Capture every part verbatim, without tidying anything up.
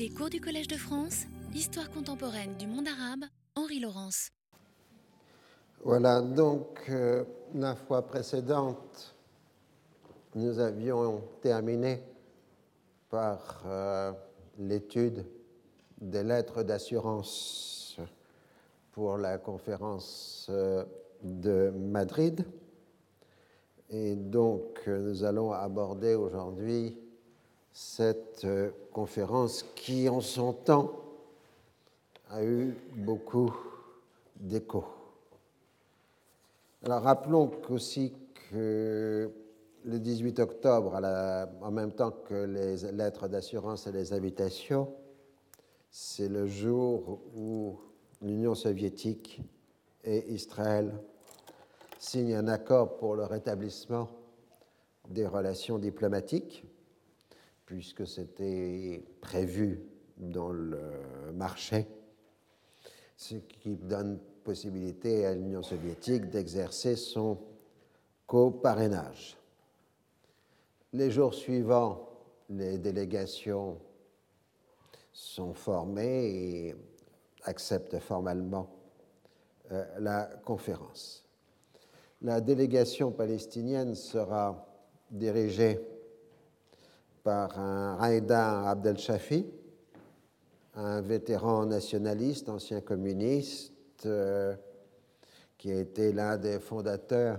Les cours du Collège de France, Histoire contemporaine du monde arabe, Henri Laurence. Voilà, donc euh, la fois précédente, nous avions terminé par euh, l'étude des lettres d'assurance pour la conférence euh, de Madrid. Et donc, euh, nous allons aborder aujourd'hui cette euh, conférence qui, en son temps, a eu beaucoup d'écho. Alors, rappelons aussi que le dix-huit octobre, à la, en même temps que les lettres d'assurance et les invitations, c'est le jour où l'Union soviétique et Israël signent un accord pour le rétablissement des relations diplomatiques, puisque c'était prévu dans le marché, ce qui donne possibilité à l'Union soviétique d'exercer son coparrainage. Les jours suivants, les délégations sont formées et acceptent formellement euh, la conférence. La délégation palestinienne sera dirigée par un Raïda Abdel Shafi, un vétéran nationaliste, ancien communiste, euh, qui a été l'un des fondateurs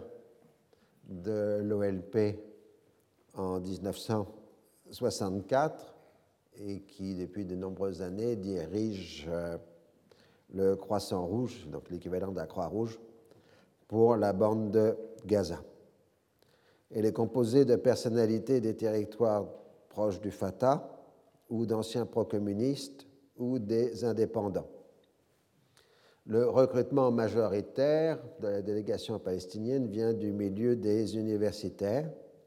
de l'O L P en dix-neuf cent soixante-quatre et qui, depuis de nombreuses années, dirige euh, le Croissant Rouge, donc l'équivalent de la Croix-Rouge, pour la bande de Gaza. Elle est composée de personnalités des territoires proches du Fatah ou d'anciens pro-communistes ou des indépendants. Le recrutement majoritaire de la délégation palestinienne vient du milieu des universitaires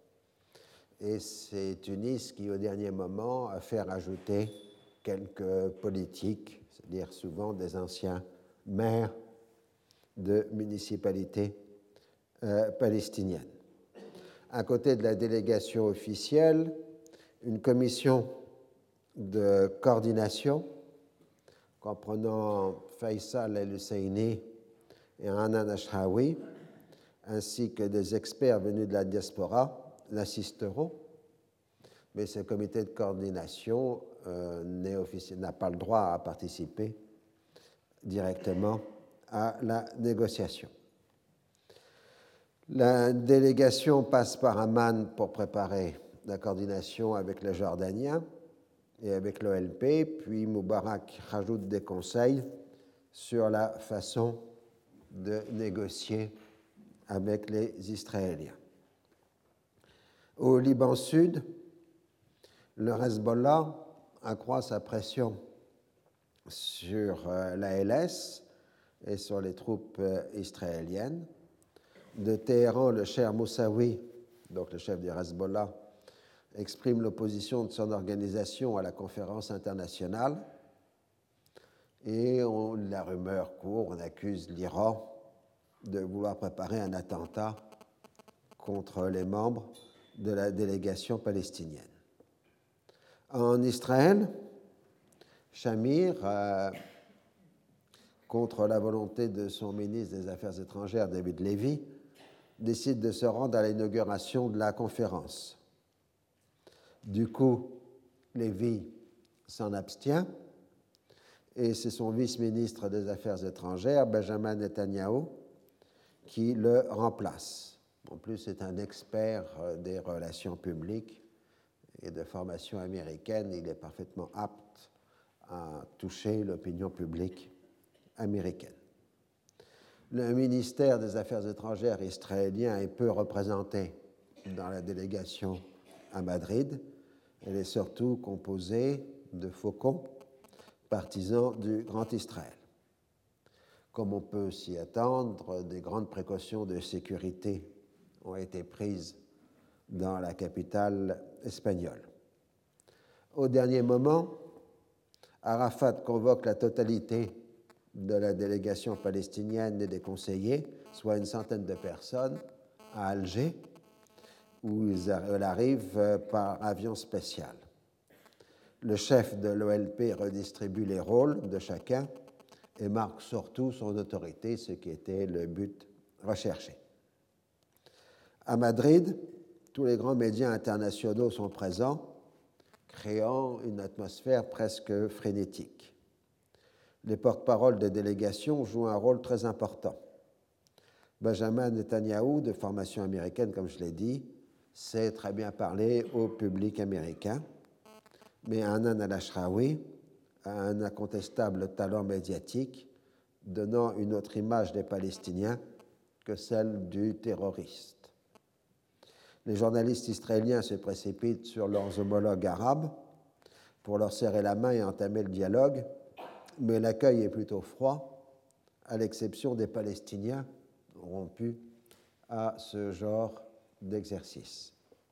et c'est Tunis qui, au dernier moment, a fait rajouter quelques politiques, c'est-à-dire souvent des anciens maires de municipalités euh, palestiniennes. À côté de la délégation officielle, une commission de coordination comprenant Faisal El-Husseini et Hanan Ashraoui, ainsi que des experts venus de la diaspora, l'assisteront, mais ce comité de coordination euh, n'a pas le droit à participer directement à la négociation. La délégation passe par Amman pour préparer la coordination avec les Jordaniens et avec l'O L P, puis Moubarak rajoute des conseils sur la façon de négocier avec les Israéliens. Au Liban Sud, le Hezbollah accroît sa pression sur l'A L S et sur les troupes israéliennes. De Téhéran, le cher Moussaoui, donc le chef du Hezbollah, exprime l'opposition de son organisation à la conférence internationale et on, la rumeur court, on accuse l'Iran de vouloir préparer un attentat contre les membres de la délégation palestinienne. En Israël, Shamir, euh, contre la volonté de son ministre des Affaires étrangères, David Levy, décide de se rendre à l'inauguration de la conférence. Du coup, Levy s'en abstient et c'est son vice-ministre des Affaires étrangères, Benjamin Netanyahou, qui le remplace. En plus, c'est un expert des relations publiques et de formation américaine. Il est parfaitement apte à toucher l'opinion publique américaine. Le ministère des Affaires étrangères israélien est peu représenté dans la délégation à Madrid. Elle est surtout composée de faucons, partisans du Grand Israël. Comme on peut s'y attendre, des grandes précautions de sécurité ont été prises dans la capitale espagnole. Au dernier moment, Arafat convoque la totalité de la délégation palestinienne et des conseillers, soit une centaine de personnes, à Alger, où elle arrive par avion spécial. Le chef de l'O L P redistribue les rôles de chacun et marque surtout son autorité, ce qui était le but recherché. À Madrid, tous les grands médias internationaux sont présents, créant une atmosphère presque frénétique. Les porte-paroles des délégations jouent un rôle très important. Benjamin Netanyahou, de formation américaine, comme je l'ai dit, sait très bien parler au public américain, mais Hanan al-Ashrawi a un incontestable talent médiatique, donnant une autre image des Palestiniens que celle du terroriste. Les journalistes israéliens se précipitent sur leurs homologues arabes pour leur serrer la main et entamer le dialogue, mais l'accueil est plutôt froid, à l'exception des Palestiniens rompus à ce genre d'exercice.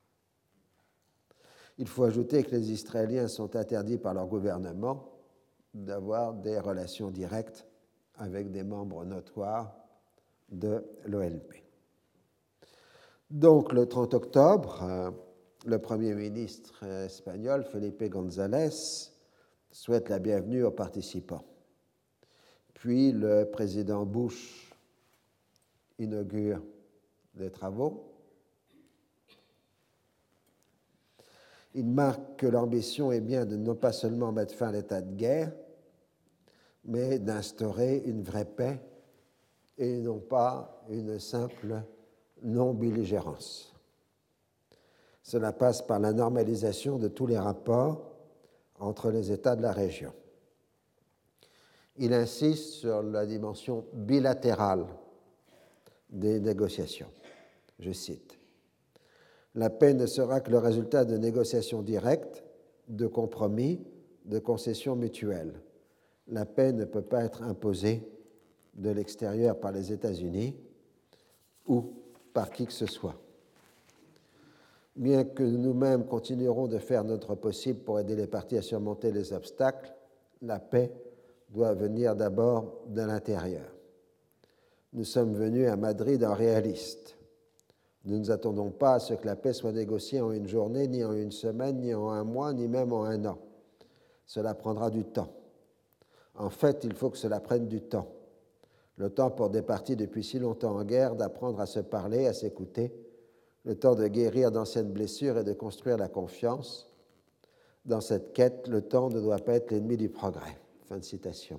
Il faut ajouter que les Israéliens sont interdits par leur gouvernement d'avoir des relations directes avec des membres notoires de l'O L P. Donc, le trente octobre, euh, le Premier ministre espagnol, Felipe González, souhaite la bienvenue aux participants. Puis, le président Bush inaugure les travaux. Il marque que l'ambition est bien de non pas seulement mettre fin à l'état de guerre, mais d'instaurer une vraie paix et non pas une simple non-belligérance. Cela passe par la normalisation de tous les rapports entre les États de la région. Il insiste sur la dimension bilatérale des négociations. Je cite, « La paix ne sera que le résultat de négociations directes, de compromis, de concessions mutuelles. La paix ne peut pas être imposée de l'extérieur par les États-Unis ou par qui que ce soit. Bien que nous-mêmes continuerons de faire notre possible pour aider les parties à surmonter les obstacles, la paix doit venir d'abord de l'intérieur. Nous sommes venus à Madrid en réalistes. Nous ne nous attendons pas à ce que la paix soit négociée en une journée, ni en une semaine, ni en un mois, ni même en un an. Cela prendra du temps. En fait, il faut que cela prenne du temps. Le temps pour des parties depuis si longtemps en guerre d'apprendre à se parler, à s'écouter, le temps de guérir d'anciennes blessures et de construire la confiance. Dans cette quête, le temps ne doit pas être l'ennemi du progrès. » Fin de citation.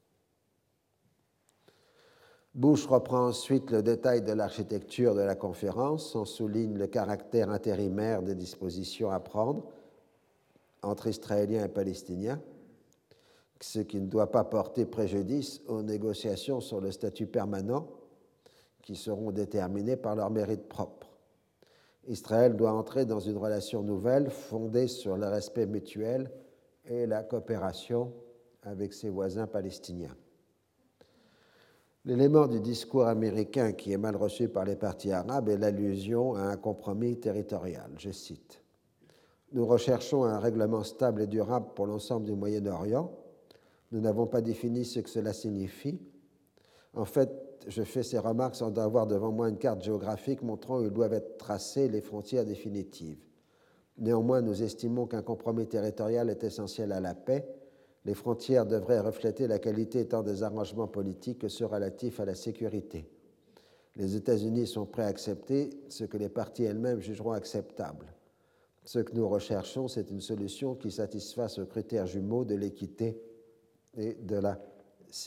Bush reprend ensuite le détail de l'architecture de la conférence. On souligne le caractère intérimaire des dispositions à prendre entre Israéliens et Palestiniens, ce qui ne doit pas porter préjudice aux négociations sur le statut permanent qui seront déterminées par leur mérite propre. Israël doit entrer dans une relation nouvelle fondée sur le respect mutuel et la coopération avec ses voisins palestiniens. L'élément du discours américain qui est mal reçu par les partis arabes est l'allusion à un compromis territorial. Je cite, « Nous recherchons un règlement stable et durable pour l'ensemble du Moyen-Orient. Nous n'avons pas défini ce que cela signifie. En fait, je fais ces remarques sans avoir devant moi une carte géographique montrant où doivent être tracées les frontières définitives. Néanmoins, nous estimons qu'un compromis territorial est essentiel à la paix. Les frontières devraient refléter la qualité tant des arrangements politiques que ceux relatifs à la sécurité. Les États-Unis sont prêts à accepter ce que les parties elles-mêmes jugeront acceptable. Ce que nous recherchons, c'est une solution qui satisfasse aux critères jumeaux de l'équité et de la sécurité. »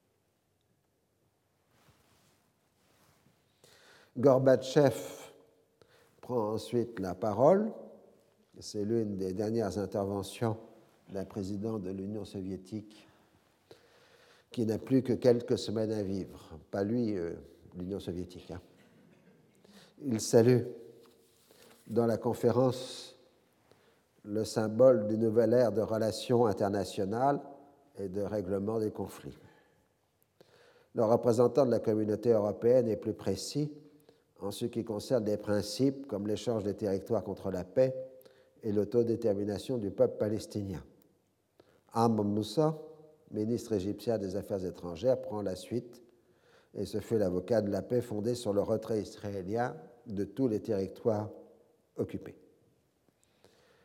Gorbatchev prend ensuite la parole. C'est l'une des dernières interventions d'un président de l'Union soviétique qui n'a plus que quelques semaines à vivre. Pas lui, euh, l'Union soviétique. Hein. Il salue dans la conférence le symbole d'une nouvelle ère de relations internationales et de règlement des conflits. Le représentant de la communauté européenne est plus précis en ce qui concerne les principes comme l'échange des territoires contre la paix et l'autodétermination du peuple palestinien. Amr Moussa, ministre égyptien des Affaires étrangères, prend la suite et se fait l'avocat de la paix fondée sur le retrait israélien de tous les territoires occupés.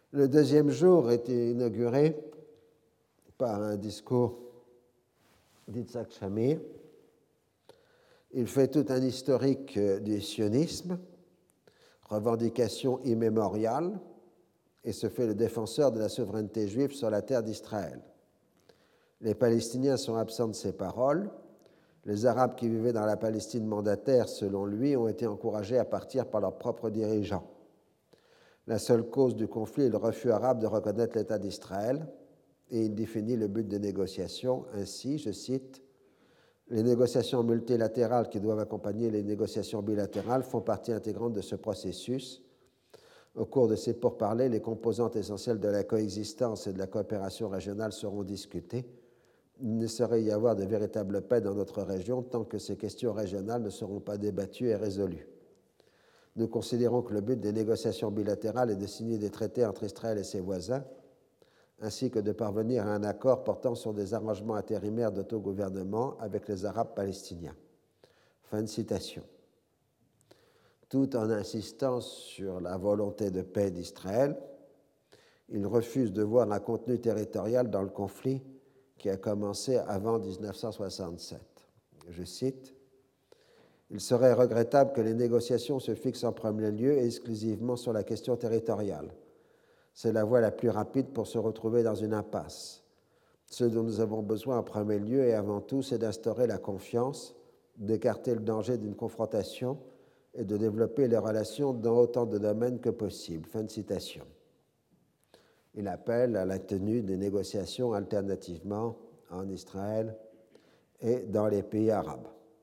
Le deuxième jour était inauguré par un discours d'Yitzhak Shamir. Il fait tout un historique du sionisme, revendication immémoriale, et se fait le défenseur de la souveraineté juive sur la terre d'Israël. Les Palestiniens sont absents de ces paroles. Les Arabes qui vivaient dans la Palestine mandataire, selon lui, ont été encouragés à partir par leurs propres dirigeants. La seule cause du conflit est le refus arabe de reconnaître l'État d'Israël, et il définit le but des négociations ainsi, je cite, « Les négociations multilatérales qui doivent accompagner les négociations bilatérales font partie intégrante de ce processus. Au cours de ces pourparlers, les composantes essentielles de la coexistence et de la coopération régionale seront discutées. Il ne saurait y avoir de véritable paix dans notre région tant que ces questions régionales ne seront pas débattues et résolues. Nous considérons que le but des négociations bilatérales est de signer des traités entre Israël et ses voisins, ainsi que de parvenir à un accord portant sur des arrangements intérimaires d'autogouvernement avec les Arabes palestiniens. » Fin de citation. Tout en insistant sur la volonté de paix d'Israël, il refuse de voir un contenu territorial dans le conflit qui a commencé avant dix-neuf cent soixante-sept. Je cite, « Il serait regrettable que les négociations se fixent en premier lieu et exclusivement sur la question territoriale. C'est la voie la plus rapide pour se retrouver dans une impasse. Ce dont nous avons besoin en premier lieu et avant tout, c'est d'instaurer la confiance, d'écarter le danger d'une confrontation et de développer les relations dans autant de domaines que possible. » Fin de citation. Il appelle à la tenue des négociations alternativement en Israël et dans les pays arabes.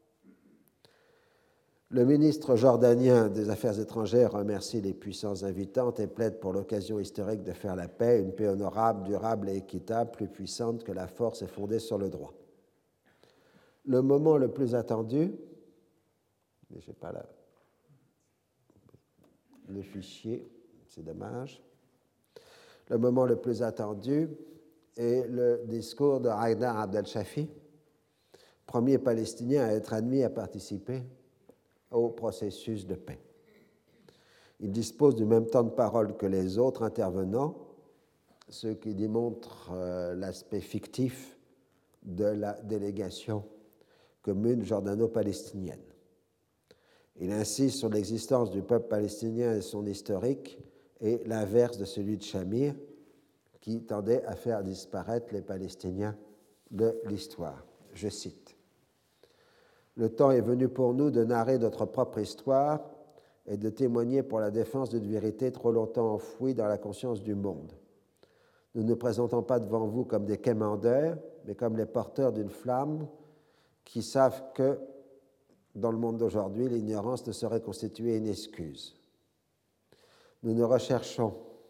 Le ministre jordanien des Affaires étrangères remercie les puissances invitantes et plaide pour l'occasion historique de faire la paix, une paix honorable, durable et équitable, plus puissante que la force et fondée sur le droit. Le moment le plus attendu, mais je n'ai pas la, le fichier, c'est dommage. Le moment le plus attendu est le discours de Haïdar Abdel Shafi, premier Palestinien à être admis à participer au processus de paix. Il dispose du même temps de parole que les autres intervenants, ce qui démontre euh, l'aspect fictif de la délégation commune jordano-palestinienne. Il insiste sur l'existence du peuple palestinien et son historique, et l'inverse de celui de Shamir, qui tendait à faire disparaître les Palestiniens de l'histoire. Je cite. « Le temps est venu pour nous de narrer notre propre histoire et de témoigner pour la défense d'une vérité trop longtemps enfouie dans la conscience du monde. Nous ne nous présentons pas devant vous comme des quémandeurs, mais comme les porteurs d'une flamme qui savent que, dans le monde d'aujourd'hui, l'ignorance ne saurait constituer une excuse. Nous ne recherchons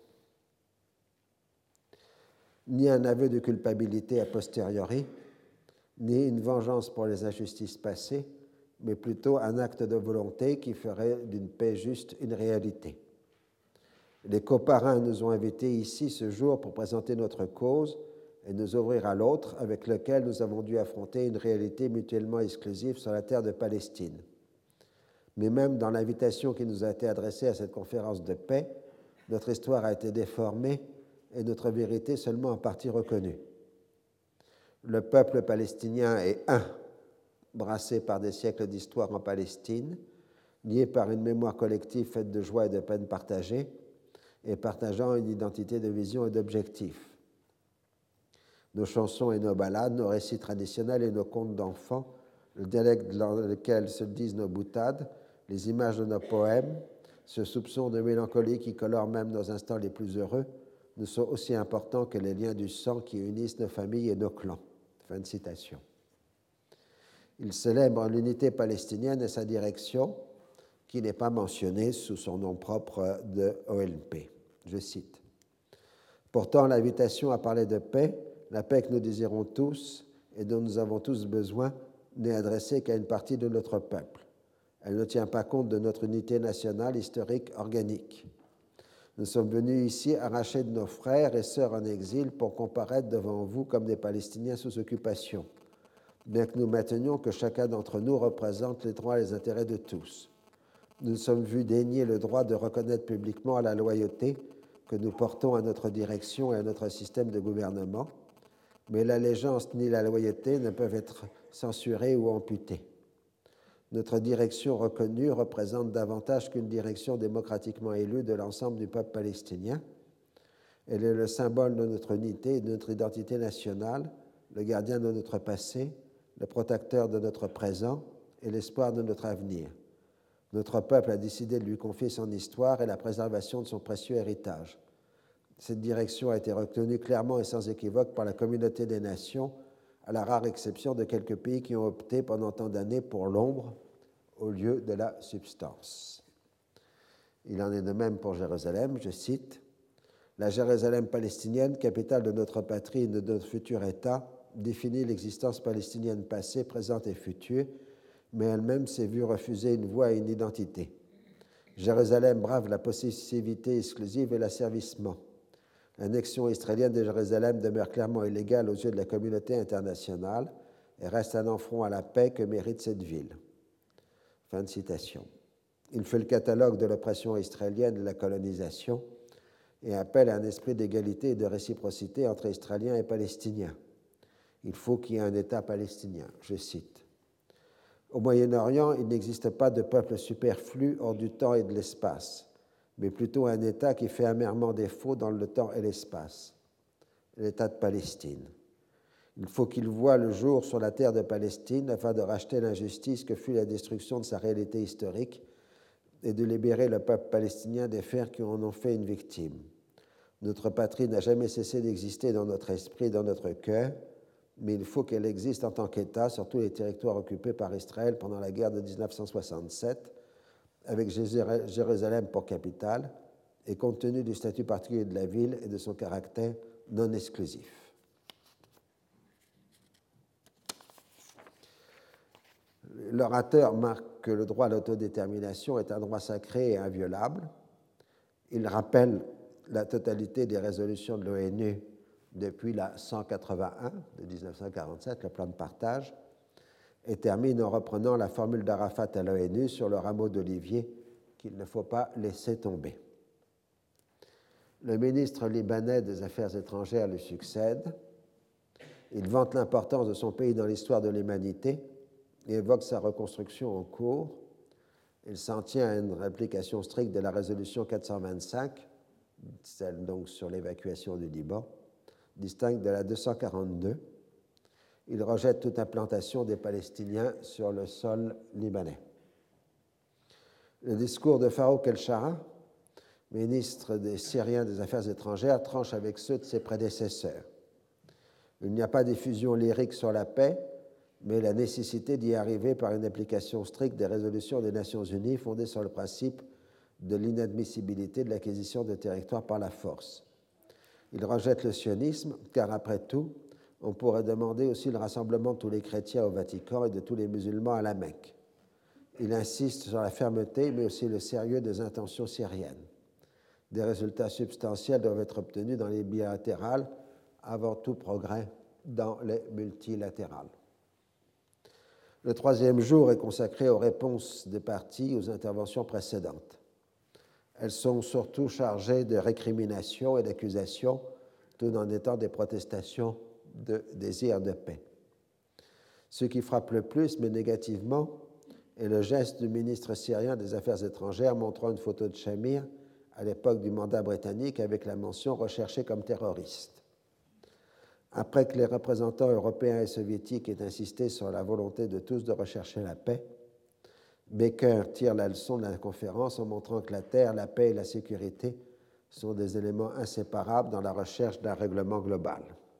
ni un aveu de culpabilité a posteriori, ni une vengeance pour les injustices passées, mais plutôt un acte de volonté qui ferait d'une paix juste une réalité. Les coparrains nous ont invités ici ce jour pour présenter notre cause et nous ouvrir à l'autre avec lequel nous avons dû affronter une réalité mutuellement exclusive sur la terre de Palestine. Mais même dans l'invitation qui nous a été adressée à cette conférence de paix, notre histoire a été déformée et notre vérité seulement en partie reconnue. Le peuple palestinien est un, brassé par des siècles d'histoire en Palestine, lié par une mémoire collective faite de joie et de peine partagées, et partageant une identité de vision et d'objectifs. Nos chansons et nos ballades, nos récits traditionnels et nos contes d'enfants, le dialecte dans lequel se disent nos boutades, les images de nos poèmes, ce soupçon de mélancolie qui colore même nos instants les plus heureux, nous sont aussi importants que les liens du sang qui unissent nos familles et nos clans. » Fin de citation. Il célèbre l'unité palestinienne et sa direction, qui n'est pas mentionnée sous son nom propre de O L P. Je cite. « Pourtant, l'invitation à parler de paix, la paix que nous désirons tous et dont nous avons tous besoin, n'est adressée qu'à une partie de notre peuple. Elle ne tient pas compte de notre unité nationale historique organique. Nous sommes venus ici arrachés de nos frères et sœurs en exil pour comparaître devant vous comme des Palestiniens sous occupation, bien que nous maintenions que chacun d'entre nous représente les droits et les intérêts de tous. Nous nous sommes vus dénier le droit de reconnaître publiquement la loyauté que nous portons à notre direction et à notre système de gouvernement, mais l'allégeance ni la loyauté ne peuvent être censurées ou amputées. Notre direction reconnue représente davantage qu'une direction démocratiquement élue de l'ensemble du peuple palestinien. Elle est le symbole de notre unité et de notre identité nationale, le gardien de notre passé, le protecteur de notre présent et l'espoir de notre avenir. Notre peuple a décidé de lui confier son histoire et la préservation de son précieux héritage. Cette direction a été reconnue clairement et sans équivoque par la communauté des nations, à la rare exception de quelques pays qui ont opté pendant tant d'années pour l'ombre au lieu de la substance. Il en est de même pour Jérusalem, je cite, « La Jérusalem palestinienne, capitale de notre patrie et de notre futur État, définit l'existence palestinienne passée, présente et future, mais elle-même s'est vue refuser une voie et une identité. Jérusalem brave la possessivité exclusive et l'asservissement. L'annexion israélienne de Jérusalem demeure clairement illégale aux yeux de la communauté internationale et reste un affront à la paix que mérite cette ville. » Fin de citation. Il fait le catalogue de l'oppression israélienne et de la colonisation et appelle à un esprit d'égalité et de réciprocité entre Israéliens et Palestiniens. Il faut qu'il y ait un État palestinien, je cite. Au Moyen-Orient, il n'existe pas de peuple superflu hors du temps et de l'espace, mais plutôt un État qui fait amèrement défaut dans le temps et l'espace, l'État de Palestine. Il faut qu'il voie le jour sur la terre de Palestine afin de racheter l'injustice que fut la destruction de sa réalité historique et de libérer le peuple palestinien des fers qui en ont fait une victime. Notre patrie n'a jamais cessé d'exister dans notre esprit, dans notre cœur, mais il faut qu'elle existe en tant qu'État sur tous les territoires occupés par Israël pendant la guerre de mille neuf cent soixante-sept, avec Jérusalem pour capitale, et compte tenu du statut particulier de la ville et de son caractère non exclusif. L'orateur marque que le droit à l'autodétermination est un droit sacré et inviolable. Il rappelle la totalité des résolutions de l'ONU depuis la cent quatre-vingt-un de dix-neuf cent quarante-sept, le plan de partage, et termine en reprenant la formule d'Arafat à l'ONU sur le rameau d'olivier qu'il ne faut pas laisser tomber. Le ministre libanais des Affaires étrangères lui succède. Il vante l'importance de son pays dans l'histoire de l'humanité et évoque sa reconstruction en cours. Il s'en tient à une application stricte de la résolution quatre cent vingt-cinq, celle donc sur l'évacuation du Liban, distincte de la deux cent quarante-deux. Il rejette toute implantation des Palestiniens sur le sol libanais. Le discours de Farouk El-Shara, ministre des Syriens des Affaires étrangères, tranche avec ceux de ses prédécesseurs. Il n'y a pas d'effusion lyrique sur la paix, mais la nécessité d'y arriver par une application stricte des résolutions des Nations Unies fondées sur le principe de l'inadmissibilité de l'acquisition de territoires par la force. Il rejette le sionisme, car après tout, on pourrait demander aussi le rassemblement de tous les chrétiens au Vatican et de tous les musulmans à la Mecque. Il insiste sur la fermeté, mais aussi le sérieux des intentions syriennes. Des résultats substantiels doivent être obtenus dans les bilatérales avant tout progrès dans les multilatérales. Le troisième jour est consacré aux réponses des parties aux interventions précédentes. Elles sont surtout chargées de récriminations et d'accusations, tout en étant des protestations de désir de paix. Ce qui frappe le plus, mais négativement, est le geste du ministre syrien des Affaires étrangères montrant une photo de Shamir à l'époque du mandat britannique avec la mention « recherché comme terroriste ». Après que les représentants européens et soviétiques aient insisté sur la volonté de tous de rechercher la paix, Baker tire la leçon de la conférence en montrant que la terre, la paix et la sécurité sont des éléments inséparables dans la recherche d'un règlement global.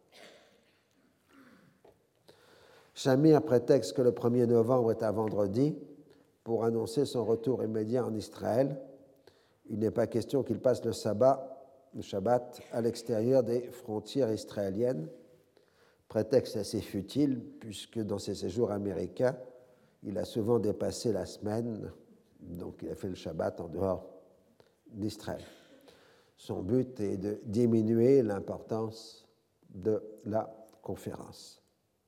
Shamir prétexte que le premier novembre est un vendredi pour annoncer son retour immédiat en Israël. Il n'est pas question qu'il passe le sabbat, le Shabbat à l'extérieur des frontières israéliennes. Prétexte assez futile, puisque dans ses séjours américains, il a souvent dépassé la semaine, donc il a fait le Shabbat en dehors d'Israël. Son but est de diminuer l'importance de la conférence.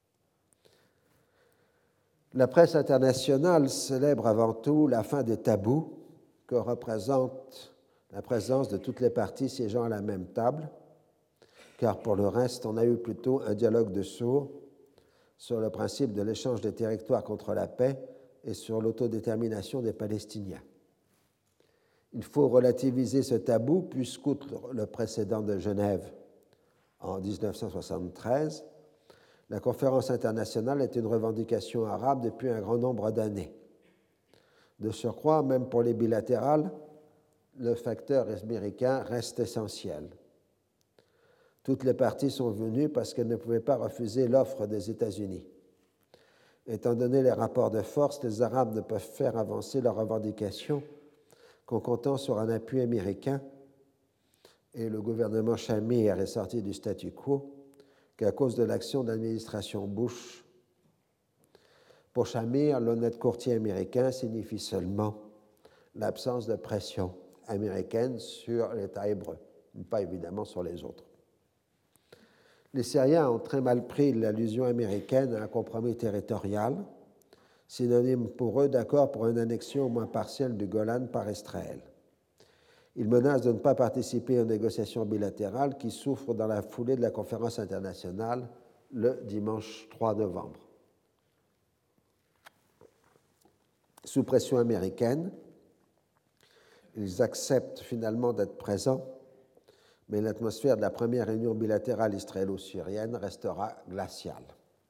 La presse internationale célèbre avant tout la fin des tabous que représente la présence de toutes les parties siégeant à la même table, car pour le reste, on a eu plutôt un dialogue de sourds sur le principe de l'échange des territoires contre la paix et sur l'autodétermination des Palestiniens. Il faut relativiser ce tabou, puisqu'outre le précédent de Genève en mille neuf cent soixante-treize, la conférence internationale est une revendication arabe depuis un grand nombre d'années. De surcroît, même pour les bilatérales, le facteur américain reste essentiel. Toutes les parties sont venues parce qu'elles ne pouvaient pas refuser l'offre des États-Unis. Étant donné les rapports de force, les Arabes ne peuvent faire avancer leurs revendications qu'en comptant sur un appui américain, et le gouvernement Shamir est sorti du statu quo qu'à cause de l'action de l'administration Bush. Pour Shamir, l'honnête courtier américain signifie seulement l'absence de pression américaine sur l'État hébreu, pas évidemment sur les autres. Les Syriens ont très mal pris l'allusion américaine à un compromis territorial, synonyme pour eux d'accord pour une annexion au moins partielle du Golan par Israël. Ils menacent de ne pas participer aux négociations bilatérales qui souffrent dans la foulée de la conférence internationale le dimanche trois novembre. Sous pression américaine, ils acceptent finalement d'être présents, mais l'atmosphère de la première réunion bilatérale israélo-syrienne restera glaciale.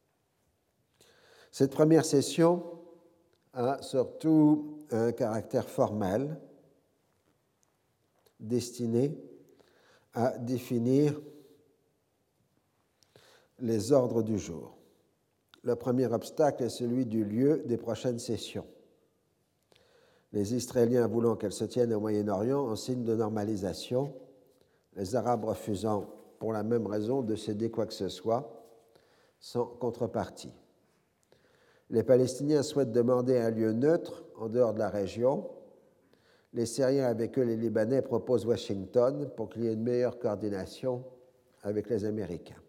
Cette première session a surtout un caractère formel, destiné à définir les ordres du jour. Le premier obstacle est celui du lieu des prochaines sessions. Les Israéliens voulant qu'elles se tiennent au Moyen-Orient en signe de normalisation, les Arabes refusant pour la même raison de céder quoi que ce soit sans contrepartie. Les Palestiniens souhaitent demander un lieu neutre en dehors de la région. Les Syriens, avec eux les Libanais, proposent Washington pour qu'il y ait une meilleure coordination avec les Américains.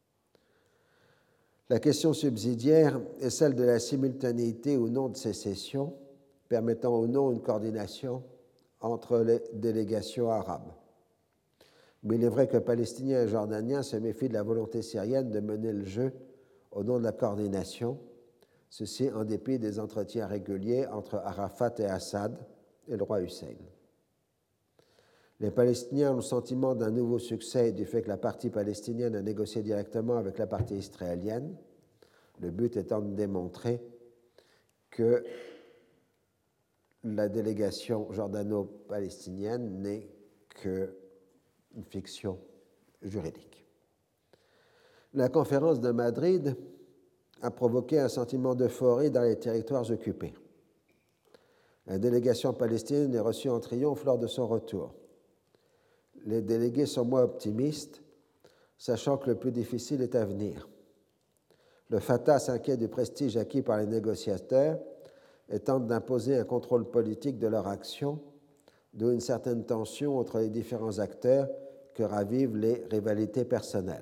La question subsidiaire est celle de la simultanéité ou non de ces sessions, permettant ou non une coordination entre les délégations arabes. Mais il est vrai que Palestiniens et Jordaniens se méfient de la volonté syrienne de mener le jeu au nom de la coordination, ceci en dépit des entretiens réguliers entre Arafat et Assad et le roi Hussein. Les Palestiniens ont le sentiment d'un nouveau succès du fait que la partie palestinienne a négocié directement avec la partie israélienne, le but étant de démontrer que la délégation jordano-palestinienne n'est qu'une fiction juridique. La conférence de Madrid a provoqué un sentiment d'euphorie dans les territoires occupés. La délégation palestinienne est reçue en triomphe lors de son retour. Les délégués sont moins optimistes, sachant que le plus difficile est à venir. Le Fatah s'inquiète du prestige acquis par les négociateurs et tente d'imposer un contrôle politique de leur action, d'où une certaine tension entre les différents acteurs que ravivent les rivalités personnelles.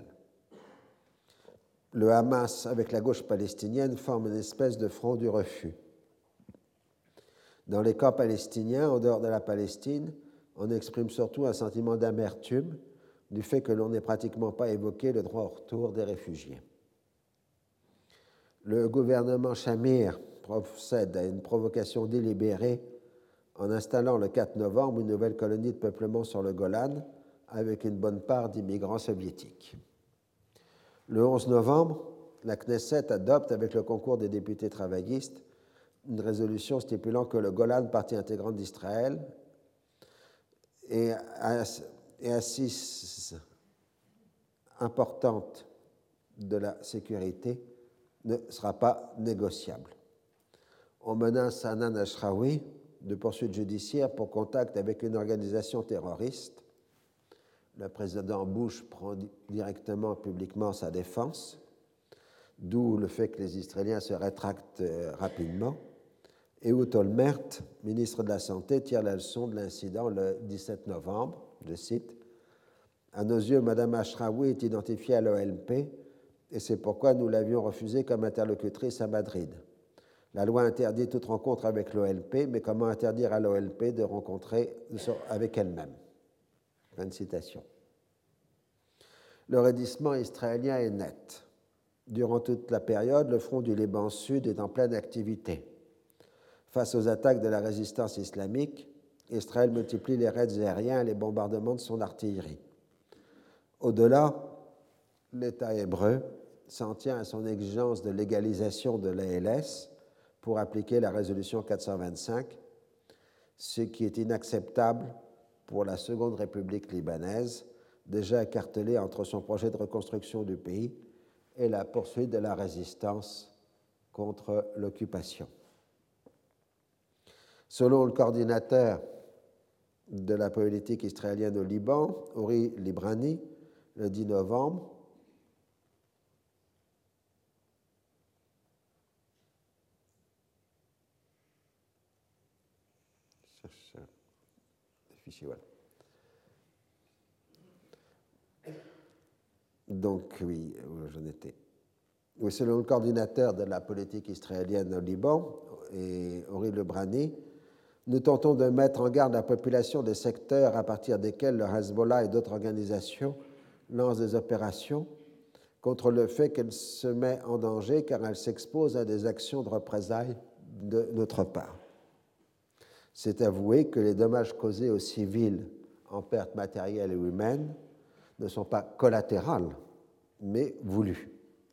Le Hamas, avec la gauche palestinienne, forme une espèce de front du refus. Dans les camps palestiniens, en dehors de la Palestine, on exprime surtout un sentiment d'amertume du fait que l'on n'ait pratiquement pas évoqué le droit au retour des réfugiés. Le gouvernement Shamir procède à une provocation délibérée en installant le quatre novembre une nouvelle colonie de peuplement sur le Golan avec une bonne part d'immigrants soviétiques. Le onze novembre, la Knesset adopte, avec le concours des députés travaillistes, une résolution stipulant que le Golan, partie intégrante d'Israël, et assise importante de la sécurité, ne sera pas négociable. On menace Hanan Ashraoui de poursuites judiciaires pour contact avec une organisation terroriste. Le président Bush prend directement, publiquement sa défense, d'où le fait que les Israéliens se rétractent rapidement. Et Ehud Olmert, ministre de la Santé, tire la leçon de l'incident le dix-sept novembre, je cite, « À nos yeux, Mme Ashraoui est identifiée à l'O L P et c'est pourquoi nous l'avions refusée comme interlocutrice à Madrid. La loi interdit toute rencontre avec l'O L P, mais comment interdire à l'O L P de rencontrer avec elle-même? Fin de citation. Le raidissement israélien est net. Durant toute la période, le front du Liban Sud est en pleine activité. Face aux attaques de la résistance islamique, Israël multiplie les raids aériens et les bombardements de son artillerie. Au-delà, l'État hébreu s'en tient à son exigence de légalisation de l'A L S pour appliquer la résolution quatre cent vingt-cinq, ce qui est inacceptable pour la Seconde République libanaise, déjà écartelée entre son projet de reconstruction du pays et la poursuite de la résistance contre l'occupation. Selon le coordinateur de la politique israélienne au Liban, Uri Librani, le dix novembre, fichier, voilà. Donc, oui, j'en étais. Oui, selon le coordinateur de la politique israélienne au Liban, et Uri Librani, nous tentons de mettre en garde la population des secteurs à partir desquels le Hezbollah et d'autres organisations lancent des opérations contre le fait qu'elle se met en danger car elle s'expose à des actions de représailles de notre part. C'est avouer que les dommages causés aux civils en pertes matérielles et humaines ne sont pas collatérales, mais voulus.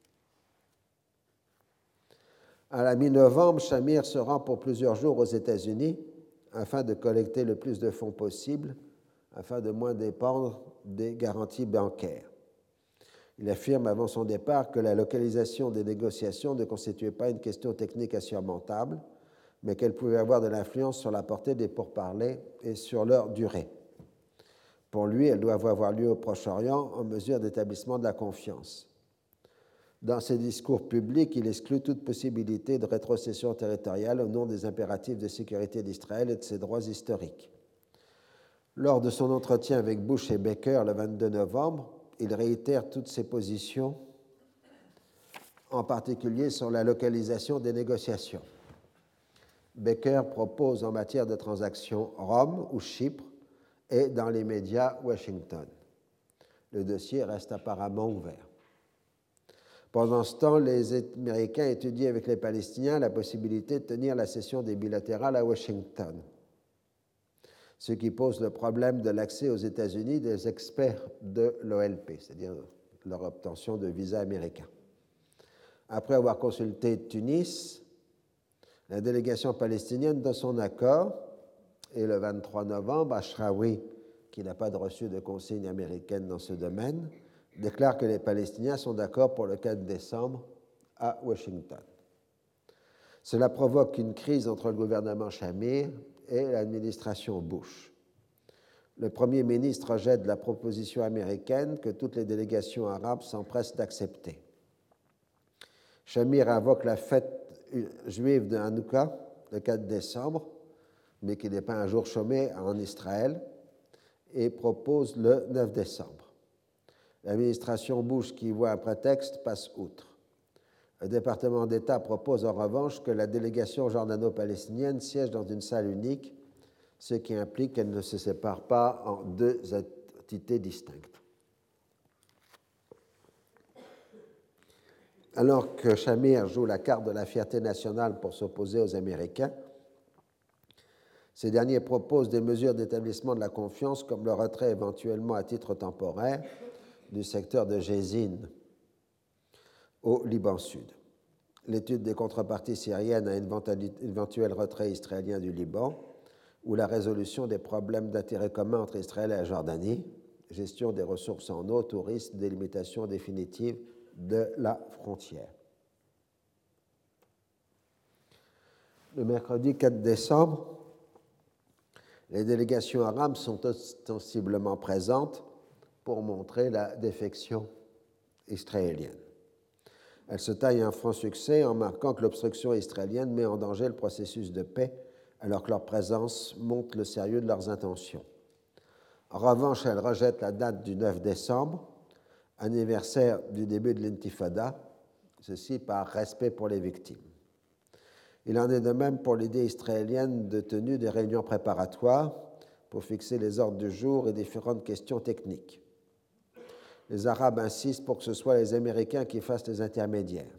À la mi-novembre, Shamir se rend pour plusieurs jours aux États-Unis afin de collecter le plus de fonds possible, afin de moins dépendre des garanties bancaires. Il affirme avant son départ que la localisation des négociations ne constituait pas une question technique insurmontable, mais qu'elle pouvait avoir de l'influence sur la portée des pourparlers et sur leur durée. Pour lui, elles doivent avoir lieu au Proche-Orient en mesure d'établissement de la confiance. Dans ses discours publics, il exclut toute possibilité de rétrocession territoriale au nom des impératifs de sécurité d'Israël et de ses droits historiques. Lors de son entretien avec Bush et Baker le vingt-deux novembre, il réitère toutes ses positions, en particulier sur la localisation des négociations. Baker propose en matière de transactions Rome ou Chypre et dans les médias Washington. Le dossier reste apparemment ouvert. Pendant ce temps, les Américains étudient avec les Palestiniens la possibilité de tenir la session des bilatérales à Washington, ce qui pose le problème de l'accès aux États-Unis des experts de l'O L P, c'est-à-dire leur obtention de visa américain. Après avoir consulté Tunis, la délégation palestinienne donne son accord et le vingt-trois novembre, Ashrawi, qui n'a pas de reçu de consigne américaine dans ce domaine, déclare que les Palestiniens sont d'accord pour le quatre décembre à Washington. Cela provoque une crise entre le gouvernement Shamir et l'administration Bush. Le Premier ministre rejette la proposition américaine que toutes les délégations arabes s'empressent d'accepter. Shamir invoque la fête juive de Hanouka le quatre décembre, mais qui n'est pas un jour chômé en Israël, et propose le neuf décembre. L'administration Bush, qui y voit un prétexte, passe outre. Le département d'État propose en revanche que la délégation jordano-palestinienne siège dans une salle unique, ce qui implique qu'elle ne se sépare pas en deux entités distinctes. Alors que Shamir joue la carte de la fierté nationale pour s'opposer aux Américains, ces derniers proposent des mesures d'établissement de la confiance comme le retrait éventuellement à titre temporaire du secteur de Jézine au Liban Sud. L'étude des contreparties syriennes à un éventuel retrait israélien du Liban ou la résolution des problèmes d'intérêt commun entre Israël et la Jordanie, gestion des ressources en eau, tourisme, délimitation définitive de la frontière. Le mercredi quatre décembre, les délégations arabes sont ostensiblement présentes pour montrer la défection israélienne. Elle se taille un franc succès en marquant que l'obstruction israélienne met en danger le processus de paix alors que leur présence montre le sérieux de leurs intentions. En revanche, elle rejette la date du neuf décembre, anniversaire du début de l'intifada, ceci par respect pour les victimes. Il en est de même pour l'idée israélienne de tenue des réunions préparatoires pour fixer les ordres du jour et différentes questions techniques. Les Arabes insistent pour que ce soit les Américains qui fassent les intermédiaires.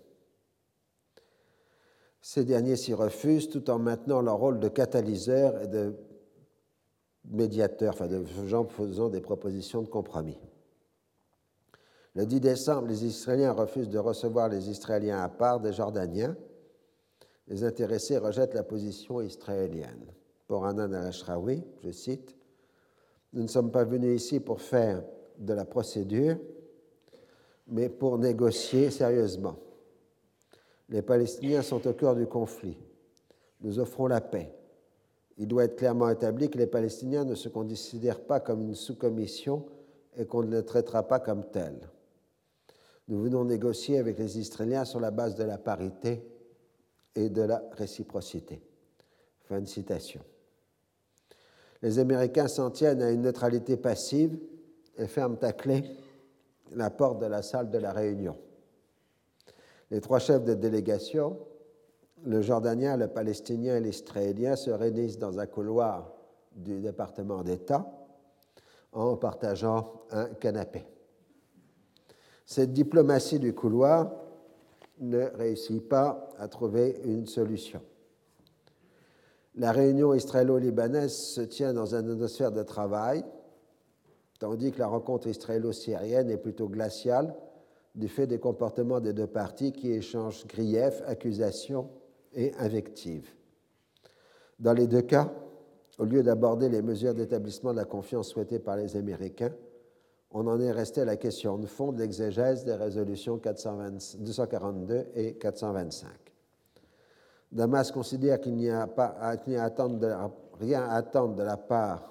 Ces derniers s'y refusent tout en maintenant leur rôle de catalyseur et de médiateur, enfin de gens faisant des propositions de compromis. Le dix décembre, les Israéliens refusent de recevoir les Israéliens à part des Jordaniens. Les intéressés rejettent la position israélienne. Pour Hanan al-Ashrawi, je cite, « Nous ne sommes pas venus ici pour faire de la procédure, mais pour négocier sérieusement. Les Palestiniens sont au cœur du conflit. Nous offrons la paix. Il doit être clairement établi que les Palestiniens ne se considèrent pas comme une sous-commission et qu'on ne les traitera pas comme tels. Nous venons négocier avec les Israéliens sur la base de la parité et de la réciprocité. » Fin de citation. Les Américains s'en tiennent à une neutralité passive et ferment à clé la porte de la salle de la réunion. Les trois chefs de délégation, le Jordanien, le Palestinien et l'Israélien, se réunissent dans un couloir du département d'État en partageant un canapé. Cette diplomatie du couloir ne réussit pas à trouver une solution. La réunion israélo-libanaise se tient dans une atmosphère de travail, tandis que la rencontre israélo-syrienne est plutôt glaciale du fait des comportements des deux parties qui échangent griefs, accusations et invectives. Dans les deux cas, au lieu d'aborder les mesures d'établissement de la confiance souhaitées par les Américains, on en est resté à la question de fond de l'exégèse des résolutions quatre cent vingt, deux cent quarante-deux et quatre cent vingt-cinq. Damas considère qu'il n'y a pas à, à attendre de la, rien à attendre de la part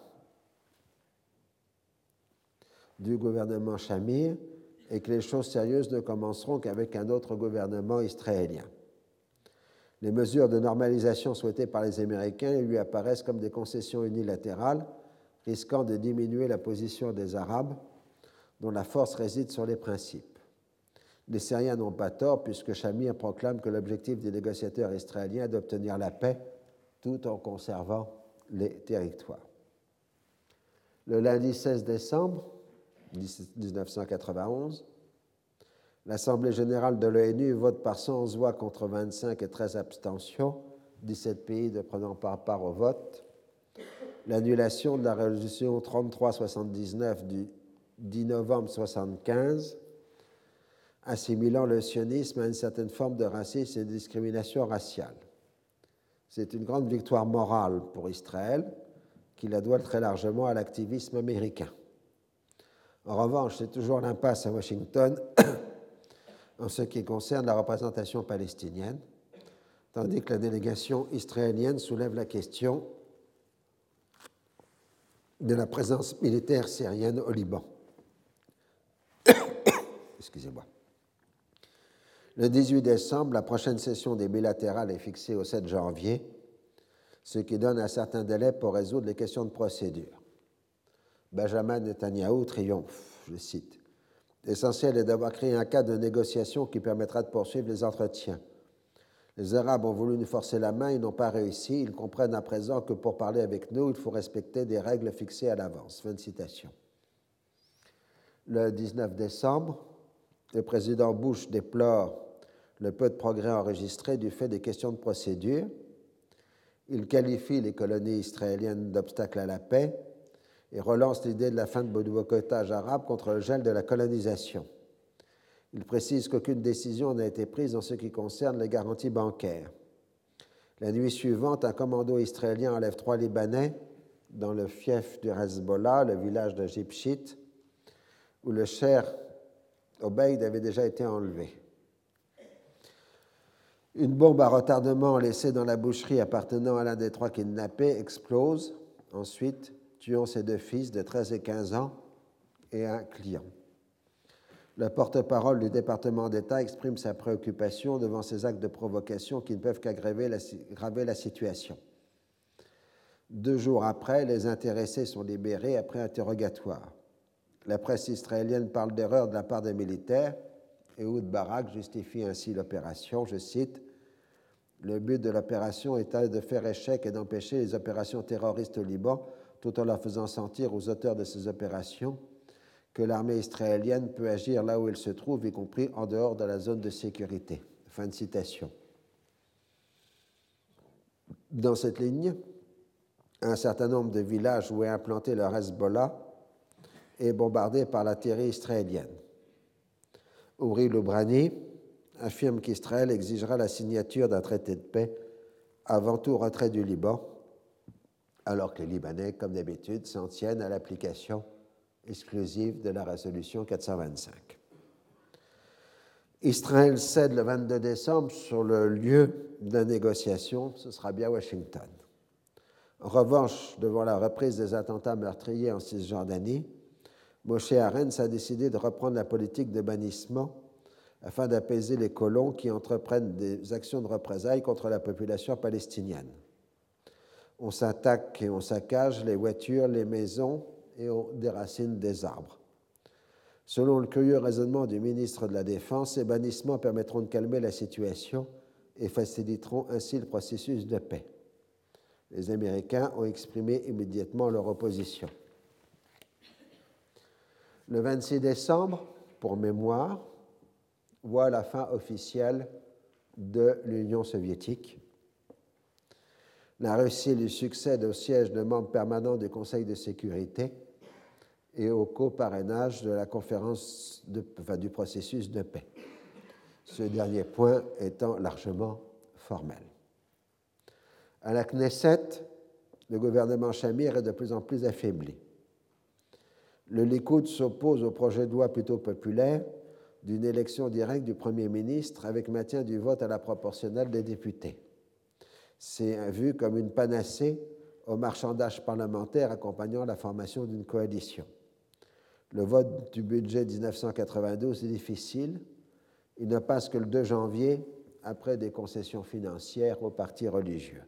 du gouvernement Shamir et que les choses sérieuses ne commenceront qu'avec un autre gouvernement israélien. Les mesures de normalisation souhaitées par les Américains lui apparaissent comme des concessions unilatérales, risquant de diminuer la position des Arabes, dont la force réside sur les principes. Les Syriens n'ont pas tort, puisque Shamir proclame que l'objectif des négociateurs israéliens est d'obtenir la paix tout en conservant les territoires. Le lundi seize décembre mille neuf cent quatre-vingt-onze, l'Assemblée générale de l'ONU vote par cent onze voix contre vingt-cinq et treize abstentions, dix-sept pays ne prenant pas part au vote, l'annulation de la résolution trente-trois soixante-dix-neuf du dix novembre soixante-quinze, assimilant le sionisme à une certaine forme de racisme et de discrimination raciale. C'est une grande victoire morale pour Israël, qui la doit très largement à l'activisme américain. En revanche, c'est toujours l'impasse à Washington en ce qui concerne la représentation palestinienne, tandis que la délégation israélienne soulève la question de la présence militaire syrienne au Liban. Excusez-moi. Le dix-huit décembre, la prochaine session des bilatérales est fixée au sept janvier, ce qui donne un certain délai pour résoudre les questions de procédure. Benjamin Netanyahou triomphe, je cite. « L'essentiel est d'avoir créé un cadre de négociation qui permettra de poursuivre les entretiens. Les Arabes ont voulu nous forcer la main, ils n'ont pas réussi. Ils comprennent à présent que pour parler avec nous, il faut respecter des règles fixées à l'avance. » Fin de citation. Le dix-neuf décembre, le président Bush déplore le peu de progrès enregistré du fait des questions de procédure. Il qualifie les colonies israéliennes d'obstacles à la paix et relance l'idée de la fin du boycottage arabe contre le gel de la colonisation. Il précise qu'aucune décision n'a été prise en ce qui concerne les garanties bancaires. La nuit suivante, un commando israélien enlève trois Libanais dans le fief du Hezbollah, le village de Jibchit, où le cher Obeid avait déjà été enlevé. Une bombe à retardement laissée dans la boucherie appartenant à l'un des trois kidnappés explose ensuite, tuant ses deux fils de treize et quinze ans et un client. Le porte-parole du département d'État exprime sa préoccupation devant ces actes de provocation qui ne peuvent qu'aggraver la, graver la situation. Deux jours après, les intéressés sont libérés après interrogatoire. La presse israélienne parle d'erreur de la part des militaires et Ehud Barak justifie ainsi l'opération, je cite, « Le but de l'opération était de faire échec et d'empêcher les opérations terroristes au Liban, tout en leur faisant sentir aux auteurs de ces opérations que l'armée israélienne peut agir là où elle se trouve, y compris en dehors de la zone de sécurité. Fin de citation. Dans cette ligne, un certain nombre de villages où est implanté le Hezbollah est bombardé par l'artillerie israélienne. Uri Loubrani affirme qu'Israël exigera la signature d'un traité de paix avant tout retrait du Liban, alors que les Libanais, comme d'habitude, s'en tiennent à l'application exclusive de la résolution quatre cent vingt-cinq. Israël cède le vingt-deux décembre sur le lieu de négociation, ce sera bien Washington. En revanche, devant la reprise des attentats meurtriers en Cisjordanie, Moshe Arens a décidé de reprendre la politique de bannissement afin d'apaiser les colons qui entreprennent des actions de représailles contre la population palestinienne. On s'attaque et on saccage les voitures, les maisons et on déracine des arbres. Selon le curieux raisonnement du ministre de la Défense, ces bannissements permettront de calmer la situation et faciliteront ainsi le processus de paix. Les Américains ont exprimé immédiatement leur opposition. Le vingt-six décembre, pour mémoire, voit la fin officielle de l'Union soviétique. La Russie lui succède au siège de membre permanent du Conseil de sécurité et au coparrainage de la conférence de, enfin, du processus de paix. Ce dernier point étant largement formel. À la Knesset, le gouvernement Shamir est de plus en plus affaibli. Le Likoud s'oppose au projet de loi plutôt populaire d'une élection directe du Premier ministre avec maintien du vote à la proportionnelle des députés. C'est vu comme une panacée au marchandage parlementaire accompagnant la formation d'une coalition. Le vote du budget dix-neuf cent quatre-vingt-douze est difficile. Il ne passe que le deux janvier, après des concessions financières aux partis religieux.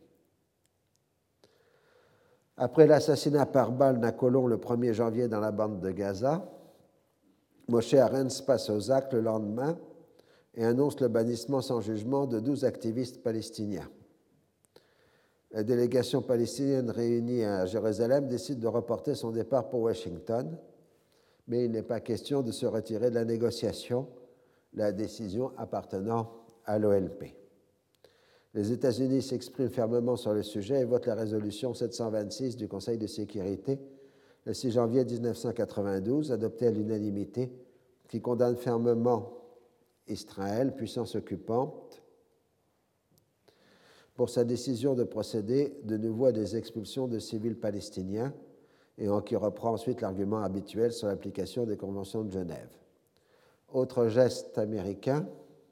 Après l'assassinat par balle d'un colon le premier janvier dans la bande de Gaza, Moshe Arens passe aux actes le lendemain et annonce le bannissement sans jugement de douze activistes palestiniens. La délégation palestinienne réunie à Jérusalem décide de reporter son départ pour Washington, mais il n'est pas question de se retirer de la négociation, la décision appartenant à l'O L P. Les États-Unis s'expriment fermement sur le sujet et votent la résolution sept cent vingt-six du Conseil de sécurité le six janvier dix-neuf cent quatre-vingt-douze, adoptée à l'unanimité, qui condamne fermement Israël, puissance occupante, pour sa décision de procéder de nouveau à des expulsions de civils palestiniens et en qui reprend ensuite l'argument habituel sur l'application des conventions de Genève. Autre geste américain,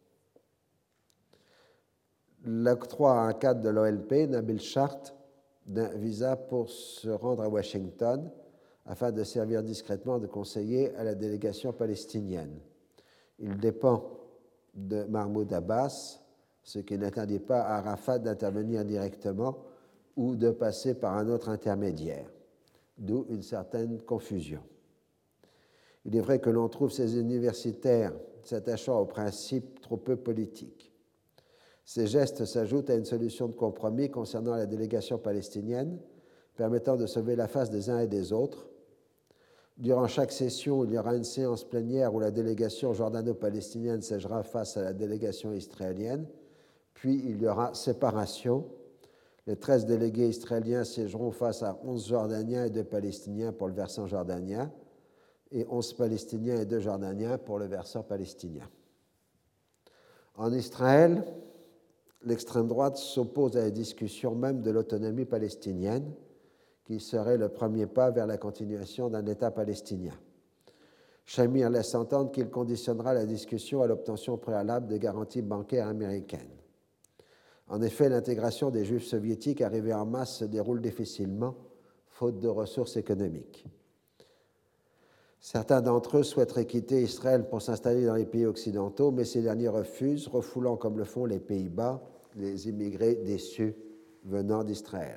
l'octroi à un cadre de l'O L P, Nabil Chart, d'un visa pour se rendre à Washington afin de servir discrètement de conseiller à la délégation palestinienne. Il dépend de Mahmoud Abbas, ce qui n'interdit pas à Arafat d'intervenir directement ou de passer par un autre intermédiaire, d'où une certaine confusion. Il est vrai que l'on trouve ces universitaires s'attachant aux principes trop peu politiques. Ces gestes s'ajoutent à une solution de compromis concernant la délégation palestinienne, permettant de sauver la face des uns et des autres. Durant chaque session, il y aura une séance plénière où la délégation jordano-palestinienne siégera face à la délégation israélienne, puis il y aura séparation. Les treize délégués israéliens siégeront face à onze Jordaniens et deux Palestiniens pour le versant jordanien, et onze Palestiniens et deux Jordaniens pour le versant palestinien. En Israël, l'extrême droite s'oppose à la discussion même de l'autonomie palestinienne, qui serait le premier pas vers la continuation d'un État palestinien. Shamir laisse entendre qu'il conditionnera la discussion à l'obtention préalable des garanties bancaires américaines. En effet, l'intégration des Juifs soviétiques arrivés en masse se déroule difficilement, faute de ressources économiques. Certains d'entre eux souhaiteraient quitter Israël pour s'installer dans les pays occidentaux, mais ces derniers refusent, refoulant comme le font les Pays-Bas les immigrés déçus venant d'Israël.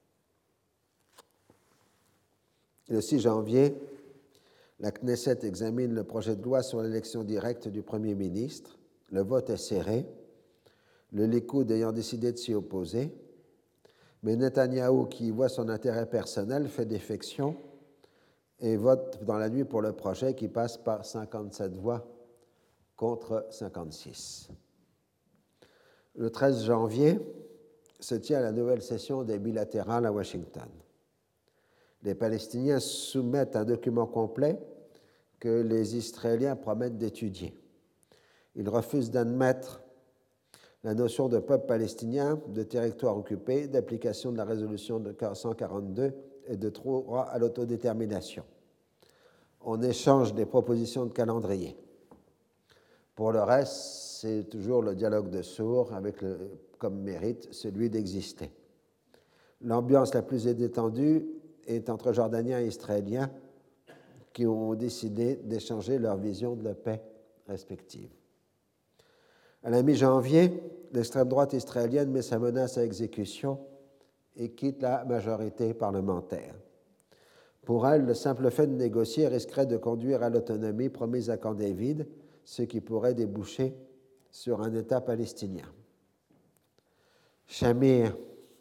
Le six janvier, la Knesset examine le projet de loi sur l'élection directe du Premier ministre. Le vote est serré. le Likoud ayant décidé de s'y opposer, mais Netanyahou, qui y voit son intérêt personnel, fait défection et vote dans la nuit pour le projet qui passe par cinquante-sept voix contre cinquante-six. Le treize janvier se tient la nouvelle session des bilatérales à Washington. Les Palestiniens soumettent un document complet que les Israéliens promettent d'étudier. Ils refusent d'admettre la notion de peuple palestinien, de territoire occupé, d'application de la résolution de cent quarante-deux et de droit à l'autodétermination. On échange des propositions de calendrier. Pour le reste, c'est toujours le dialogue de sourds avec le, comme mérite celui d'exister. L'ambiance la plus détendue est entre Jordaniens et Israéliens qui ont décidé d'échanger leur vision de la paix respective. À la mi-janvier, l'extrême droite israélienne met sa menace à exécution et quitte la majorité parlementaire. Pour elle, le simple fait de négocier risquerait de conduire à l'autonomie promise à Camp David, ce qui pourrait déboucher sur un État palestinien. Shamir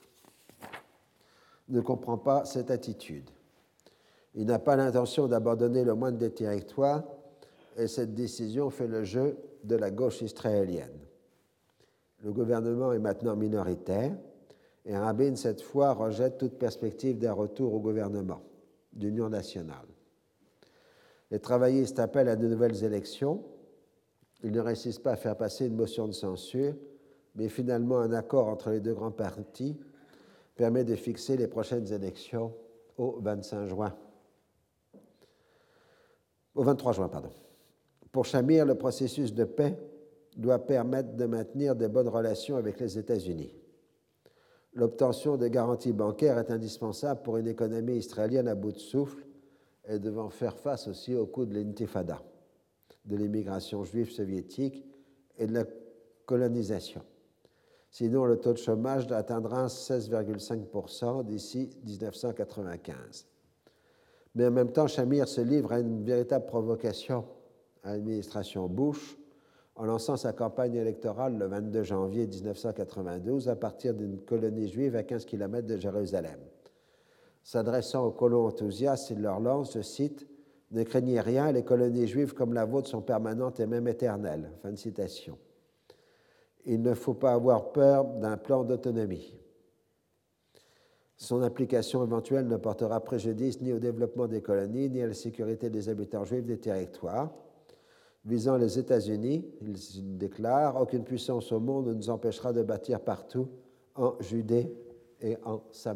ne comprend pas cette attitude. Il n'a pas l'intention d'abandonner le moindre des territoires et cette décision fait le jeu de la gauche israélienne. Le gouvernement est maintenant minoritaire et Rabin, cette fois, rejette toute perspective d'un retour au gouvernement d'union nationale. Les travaillistes appellent à de nouvelles élections. Ils ne réussissent pas à faire passer une motion de censure, mais finalement un accord entre les deux grands partis permet de fixer les prochaines élections au vingt-cinq juin. Au vingt-trois juin, pardon. Pour Shamir, le processus de paix doit permettre de maintenir de bonnes relations avec les États-Unis. L'obtention de garanties bancaires est indispensable pour une économie israélienne à bout de souffle et devant faire face aussi au coût de l'intifada, de l'immigration juive soviétique et de la colonisation. Sinon, le taux de chômage atteindra seize virgule cinq pour cent d'ici dix-neuf cent quatre-vingt-quinze. Mais en même temps, Shamir se livre à une véritable provocation à l'administration Bush en lançant sa campagne électorale le vingt-deux janvier dix-neuf cent quatre-vingt-douze à partir d'une colonie juive à quinze kilomètres de Jérusalem. S'adressant aux colons enthousiastes, il leur lance, je cite, « Ne craignez rien, les colonies juives comme la vôtre sont permanentes et même éternelles. » Fin de citation. Il ne faut pas avoir peur d'un plan d'autonomie. Son application éventuelle ne portera préjudice ni au développement des colonies, ni à la sécurité des habitants juifs des territoires. Visant les États-Unis, il déclare « Aucune puissance au monde ne nous empêchera de bâtir partout, en Judée et en Samarie. »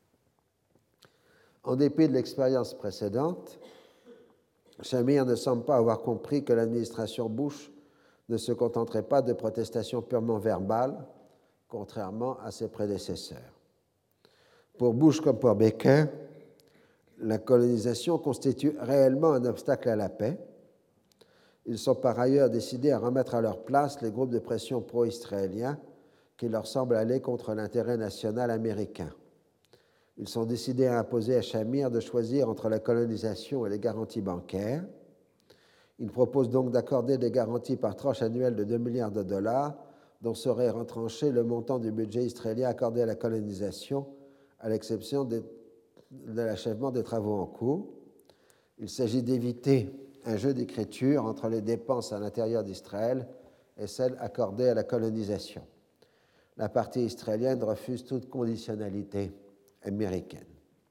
En dépit de l'expérience précédente, Shamir ne semble pas avoir compris que l'administration Bush ne se contenterait pas de protestations purement verbales, contrairement à ses prédécesseurs. Pour Bush comme pour Baker, la colonisation constitue réellement un obstacle à la paix. Ils sont par ailleurs décidés à remettre à leur place les groupes de pression pro-israéliens qui leur semblent aller contre l'intérêt national américain. Ils sont décidés à imposer à Shamir de choisir entre la colonisation et les garanties bancaires. Ils proposent donc d'accorder des garanties par tranche annuelle de deux milliards de dollars, dont serait retranché le montant du budget israélien accordé à la colonisation, à l'exception de l'achèvement des travaux en cours. Il s'agit d'éviter un jeu d'écriture entre les dépenses à l'intérieur d'Israël et celles accordées à la colonisation. La partie israélienne refuse toute conditionnalité américaine.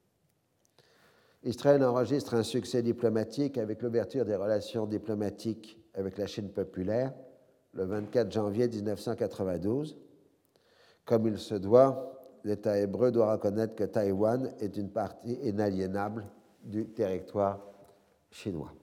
Israël enregistre un succès diplomatique avec l'ouverture des relations diplomatiques avec la Chine populaire le vingt-quatre janvier dix-neuf cent quatre-vingt-douze. Comme il se doit, l'État hébreu doit reconnaître que Taïwan est une partie inaliénable du territoire chinois.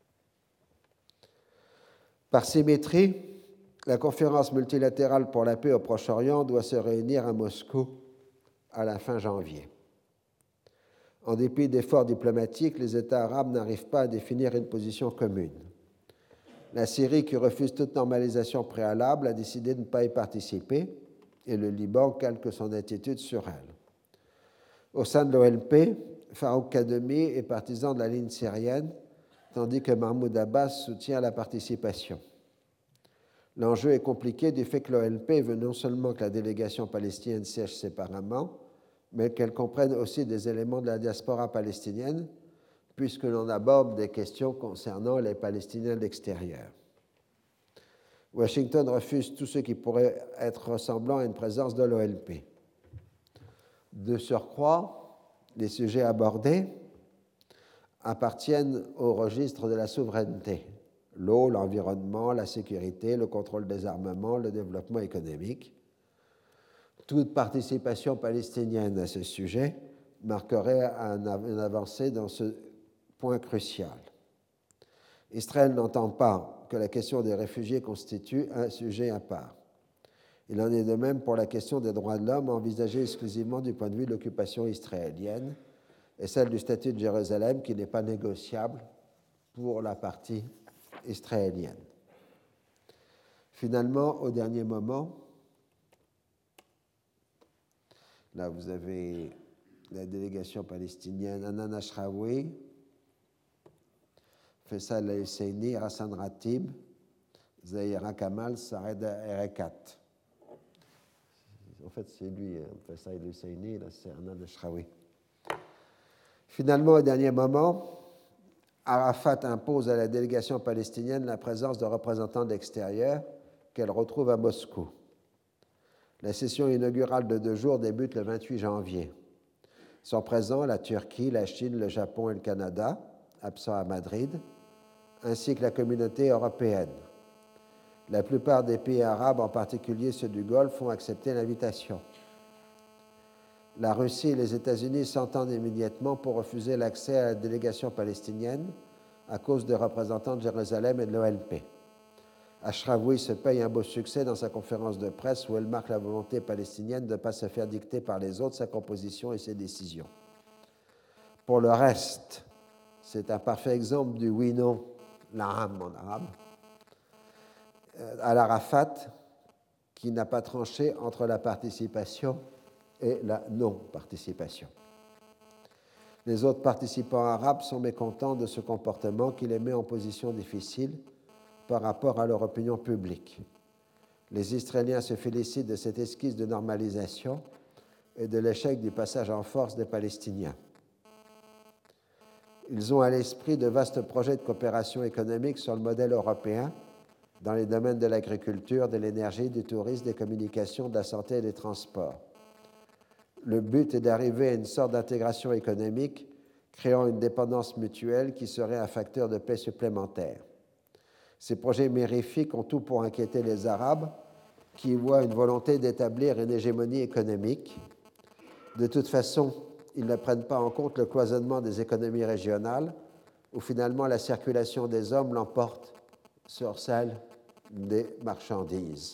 Par symétrie, la conférence multilatérale pour la paix au Proche-Orient doit se réunir à Moscou à la fin janvier. En dépit d'efforts diplomatiques, les États arabes n'arrivent pas à définir une position commune. La Syrie, qui refuse toute normalisation préalable, a décidé de ne pas y participer et le Liban calque son attitude sur elle. Au sein de l'O L P, Farouk Kademi est partisan de la ligne syrienne, tandis que Mahmoud Abbas soutient la participation. L'enjeu est compliqué du fait que l'O L P veut non seulement que la délégation palestinienne siège séparément, mais qu'elle comprenne aussi des éléments de la diaspora palestinienne, puisque l'on aborde des questions concernant les Palestiniens de l'extérieur. Washington refuse tout ce qui pourrait être ressemblant à une présence de l'O L P. De surcroît, les sujets abordés appartiennent au registre de la souveraineté: l'eau, l'environnement, la sécurité, le contrôle des armements, le développement économique. Toute participation palestinienne à ce sujet marquerait une avancée dans ce point crucial. Israël n'entend pas que la question des réfugiés constitue un sujet à part. Il en est de même pour la question des droits de l'homme, envisagée exclusivement du point de vue de l'occupation israélienne, et celle du statut de Jérusalem, qui n'est pas négociable pour la partie israélienne. Finalement, au dernier moment, là vous avez la délégation palestinienne, Hanan Ashraoui, Faisal El-Husseini, Hassan Ratib, Zahira Kamal, Sared Erekat. En fait, c'est lui, Faisal El-Husseini, là c'est Hanan Ashraoui. Finalement, au dernier moment, Arafat impose à la délégation palestinienne la présence de représentants de l'extérieur qu'elle retrouve à Moscou. La session inaugurale de deux jours débute le vingt-huit janvier. Sont présents la Turquie, la Chine, le Japon et le Canada, absents à Madrid, ainsi que la communauté européenne. La plupart des pays arabes, en particulier ceux du Golfe, ont accepté l'invitation. La Russie et les États-Unis s'entendent immédiatement pour refuser l'accès à la délégation palestinienne à cause des représentants de Jérusalem et de l'O L P. Ashraoui se paye un beau succès dans sa conférence de presse où elle marque la volonté palestinienne de ne pas se faire dicter par les autres sa composition et ses décisions. Pour le reste, c'est un parfait exemple du oui-non, l'aham en arabe, à l'Arafat, qui n'a pas tranché entre la participation et la non-participation. Les autres participants arabes sont mécontents de ce comportement qui les met en position difficile par rapport à leur opinion publique. Les Israéliens se félicitent de cette esquisse de normalisation et de l'échec du passage en force des Palestiniens. Ils ont à l'esprit de vastes projets de coopération économique sur le modèle européen dans les domaines de l'agriculture, de l'énergie, du tourisme, des communications, de la santé et des transports. Le but est d'arriver à une sorte d'intégration économique créant une dépendance mutuelle qui serait un facteur de paix supplémentaire. Ces projets mirifiques ont tout pour inquiéter les Arabes qui voient une volonté d'établir une hégémonie économique. De toute façon, ils ne prennent pas en compte le cloisonnement des économies régionales où finalement la circulation des hommes l'emporte sur celle des marchandises.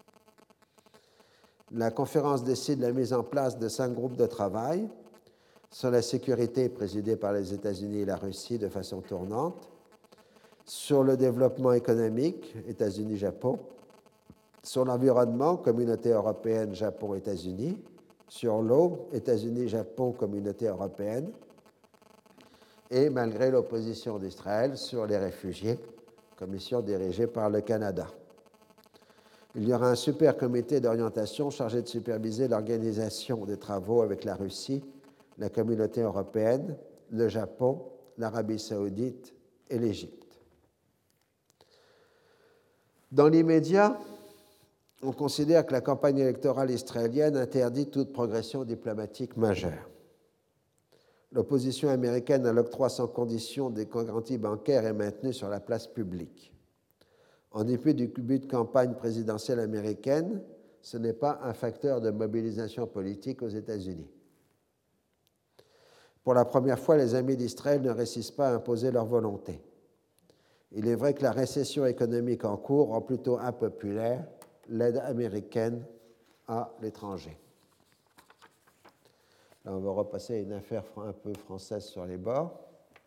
La conférence décide la mise en place de cinq groupes de travail sur la sécurité présidés par les États-Unis et la Russie de façon tournante, sur le développement économique, États-Unis-Japon, sur l'environnement, Communauté européenne, Japon, États-Unis, sur l'eau, États-Unis, Japon, Communauté européenne, et malgré l'opposition d'Israël, sur les réfugiés, commission dirigée par le Canada. Il y aura un super comité d'orientation chargé de superviser l'organisation des travaux avec la Russie, la Communauté européenne, le Japon, l'Arabie saoudite et l'Égypte. Dans l'immédiat, on considère que la campagne électorale israélienne interdit toute progression diplomatique majeure. L'opposition américaine à l'octroi sans condition des garanties bancaires est maintenue sur la place publique. En dépit du but de campagne présidentielle américaine, ce n'est pas un facteur de mobilisation politique aux États-Unis. Pour la première fois, les amis d'Israël ne réussissent pas à imposer leur volonté. Il est vrai que la récession économique en cours rend plutôt impopulaire l'aide américaine à l'étranger. Là, on va repasser à une affaire un peu française sur les bords.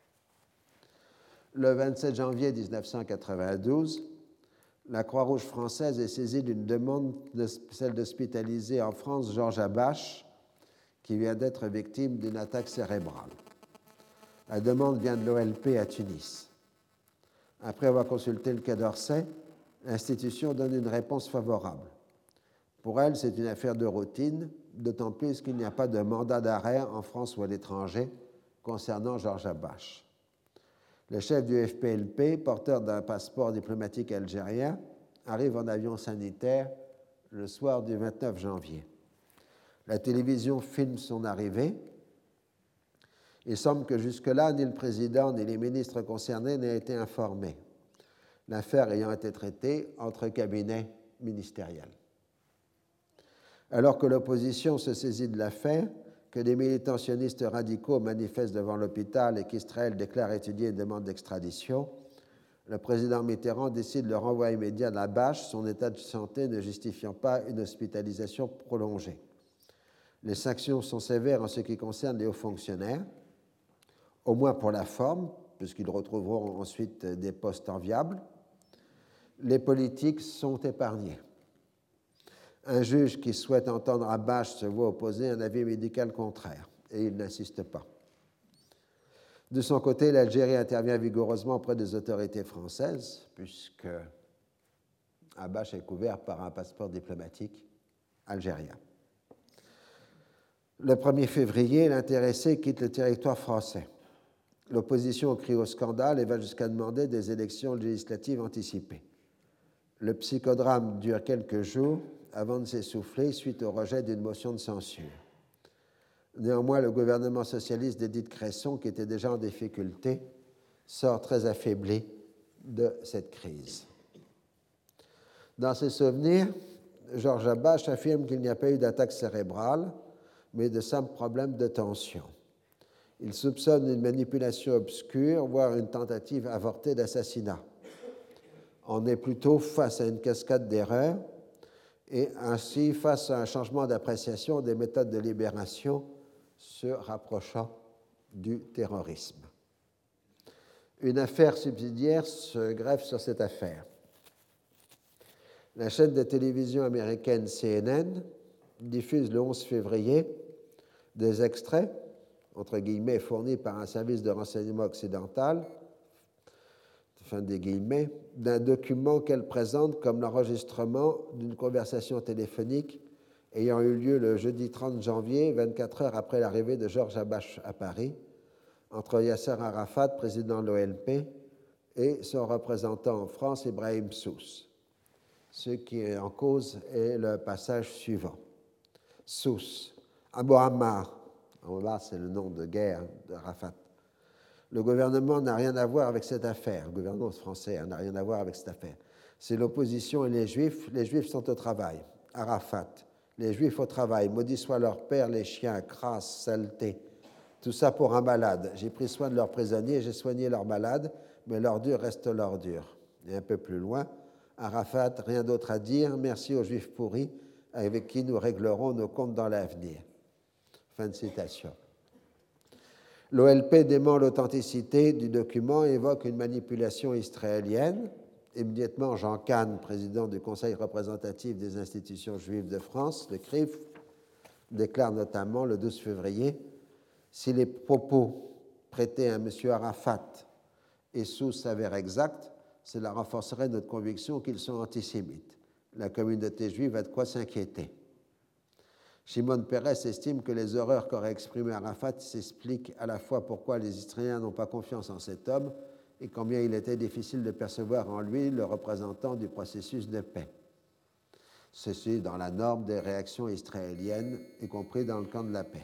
Le vingt-sept janvier mille neuf cent quatre-vingt-douze, la Croix-Rouge française est saisie d'une demande, de, celle d'hospitaliser en France Georges Habache, qui vient d'être victime d'une attaque cérébrale. La demande vient de l'O L P à Tunis. Après avoir consulté le Quai d'Orsay, l'institution donne une réponse favorable. Pour elle, c'est une affaire de routine, d'autant plus qu'il n'y a pas de mandat d'arrêt en France ou à l'étranger concernant Georges Habache. Le chef du F P L P, porteur d'un passeport diplomatique algérien, arrive en avion sanitaire le soir du vingt-neuf janvier. La télévision filme son arrivée. Il semble que jusque-là, ni le président ni les ministres concernés n'aient été informés, l'affaire ayant été traitée entre cabinets ministériels. Alors que l'opposition se saisit de l'affaire, que des militants sionistes radicaux manifestent devant l'hôpital et qu'Israël déclare étudier une demande d'extradition, le président Mitterrand décide le renvoi immédiat d'Habache, son état de santé ne justifiant pas une hospitalisation prolongée. Les sanctions sont sévères en ce qui concerne les hauts fonctionnaires, au moins pour la forme, puisqu'ils retrouveront ensuite des postes enviables. Les politiques sont épargnés. Un juge qui souhaite entendre Habache se voit opposer un avis médical contraire, et il n'insiste pas. De son côté, l'Algérie intervient vigoureusement auprès des autorités françaises, puisque Habache est couvert par un passeport diplomatique algérien. Le premier février, l'intéressé quitte le territoire français. L'opposition crie au scandale et va jusqu'à demander des élections législatives anticipées. Le psychodrame dure quelques jours avant de s'essouffler suite au rejet d'une motion de censure. Néanmoins, le gouvernement socialiste d'Édith Cresson, qui était déjà en difficulté, sort très affaibli de cette crise. Dans ses souvenirs, Georges Habache affirme qu'il n'y a pas eu d'attaque cérébrale, mais de simples problèmes de tension. Il soupçonne une manipulation obscure, voire une tentative avortée d'assassinat. On est plutôt face à une cascade d'erreurs et ainsi face à un changement d'appréciation des méthodes de libération se rapprochant du terrorisme. Une affaire subsidiaire se greffe sur cette affaire. La chaîne de télévision américaine C N N diffuse le onze février des extraits, entre guillemets, fournis par un service de renseignement occidental, fin des guillemets, d'un document qu'elle présente comme l'enregistrement d'une conversation téléphonique ayant eu lieu le jeudi trente janvier, vingt-quatre heures après l'arrivée de Georges Habache à Paris, entre Yasser Arafat, président de l'O L P, et son représentant en France, Ibrahim Sousse. Ce qui est en cause est le passage suivant. Sousse, Abu Ammar, Ammar c'est le nom de guerre d'Arafat. Le gouvernement n'a rien à voir avec cette affaire. Le gouvernement français n'a rien à voir avec cette affaire. C'est l'opposition et les Juifs. Les Juifs sont au travail. Arafat. Les Juifs au travail. Maudit soit leur père, les chiens, crasse, saleté. Tout ça pour un malade. J'ai pris soin de leurs prisonniers, j'ai soigné leurs malades, mais l'ordure reste l'ordure. Et un peu plus loin, Arafat, rien d'autre à dire. Merci aux Juifs pourris avec qui nous réglerons nos comptes dans l'avenir. Fin de citation. L'O L P dément l'authenticité du document et évoque une manipulation israélienne. Immédiatement, Jean Kahn, président du Conseil représentatif des institutions juives de France, le C R I F, déclare notamment le douze février « Si les propos prêtés à M. Arafat et Sousse s'avèrent exacts, cela renforcerait notre conviction qu'ils sont antisémites. La communauté juive a de quoi s'inquiéter. » Shimon Peres estime que les horreurs qu'aurait exprimées Arafat s'expliquent à la fois pourquoi les Israéliens n'ont pas confiance en cet homme et combien il était difficile de percevoir en lui le représentant du processus de paix. Ceci dans la norme des réactions israéliennes, y compris dans le camp de la paix.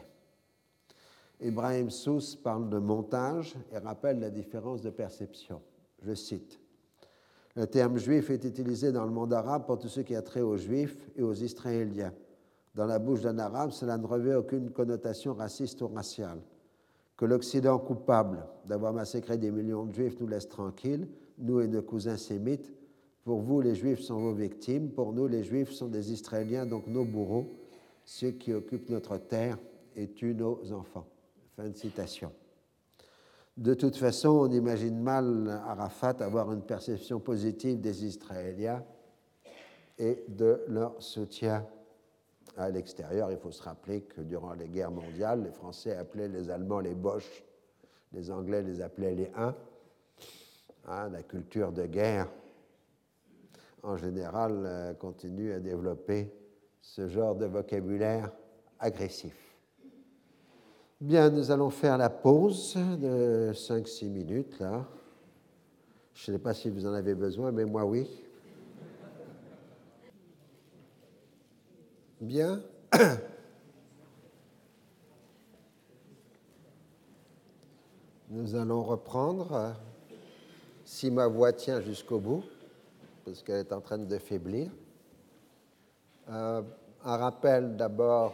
Ibrahim Sousse parle de montage et rappelle la différence de perception. Je cite. Le terme juif est utilisé dans le monde arabe pour tout ce qui a trait aux juifs et aux Israéliens. Dans la bouche d'un arabe, cela ne revêt aucune connotation raciste ou raciale. Que l'Occident coupable d'avoir massacré des millions de juifs nous laisse tranquilles, nous et nos cousins sémites. Pour vous, les juifs sont vos victimes. Pour nous, les juifs sont des Israéliens, donc nos bourreaux. Ceux qui occupent notre terre et tuent nos enfants. Fin de citation. De toute façon, on imagine mal Arafat avoir une perception positive des Israéliens et de leur soutien à l'extérieur. Il faut se rappeler que durant les guerres mondiales, les Français appelaient les Allemands les Boches, les Anglais les appelaient les Huns. Hein, la culture de guerre en général, euh, continuent à développer ce genre de vocabulaire agressif. Bien, nous allons faire la pause de cinq six minutes, là. Je ne sais pas si vous en avez besoin, mais moi, oui. Bien. Nous allons reprendre, si ma voix tient jusqu'au bout, parce qu'elle est en train de faiblir. Euh, un rappel d'abord,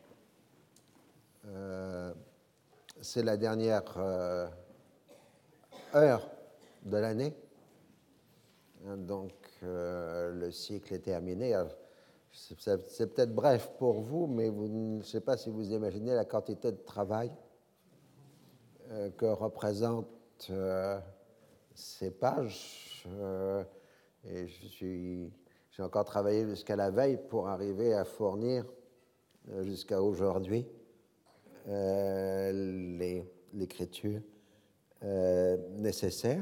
euh, c'est la dernière euh, heure de l'année, donc euh, le cycle est terminé. Alors, c'est, c'est peut-être bref pour vous, mais vous, je ne sais pas si vous imaginez la quantité de travail euh, que représentent euh, ces pages. Euh, et je suis, j'ai encore travaillé jusqu'à la veille pour arriver à fournir euh, jusqu'à aujourd'hui euh, les, l'écriture euh, nécessaire.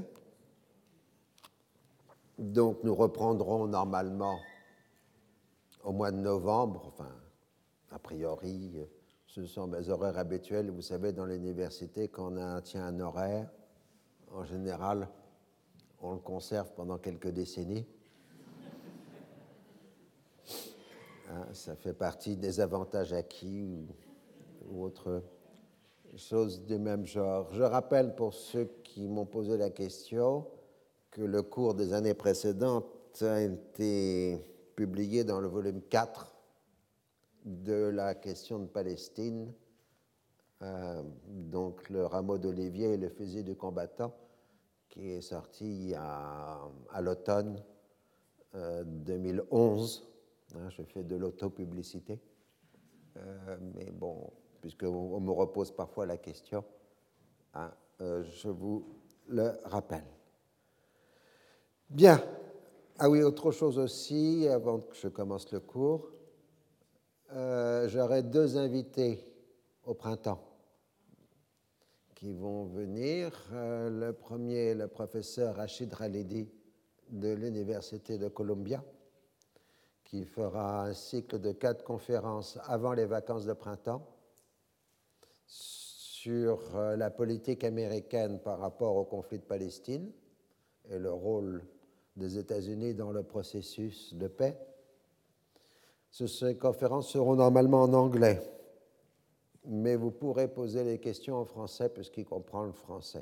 Donc nous reprendrons normalement au mois de novembre, enfin, a priori, ce sont mes horaires habituels. Vous savez, dans l'université, quand on a, tient un horaire, en général, on le conserve pendant quelques décennies. Hein, ça fait partie des avantages acquis ou, ou autre chose du même genre. Je rappelle pour ceux qui m'ont posé la question que le cours des années précédentes a été publié dans le volume quatre de la question de Palestine, euh, donc le rameau d'olivier et le fusil du combattant, qui est sorti à, à l'automne euh, deux mille onze. Hein, je fais de l'autopublicité, euh, mais bon, puisqu'on on me repose parfois la question, hein, euh, je vous le rappelle. Bien. Ah oui, autre chose aussi, avant que je commence le cours, euh, j'aurai deux invités au printemps qui vont venir. Euh, le premier est le professeur Rachid Khalidi de l'Université de Columbia, qui fera un cycle de quatre conférences avant les vacances de printemps sur euh, la politique américaine par rapport au conflit de Palestine et le rôle des États-Unis dans le processus de paix. Ces conférences seront normalement en anglais, mais vous pourrez poser les questions en français puisqu'il comprend le français.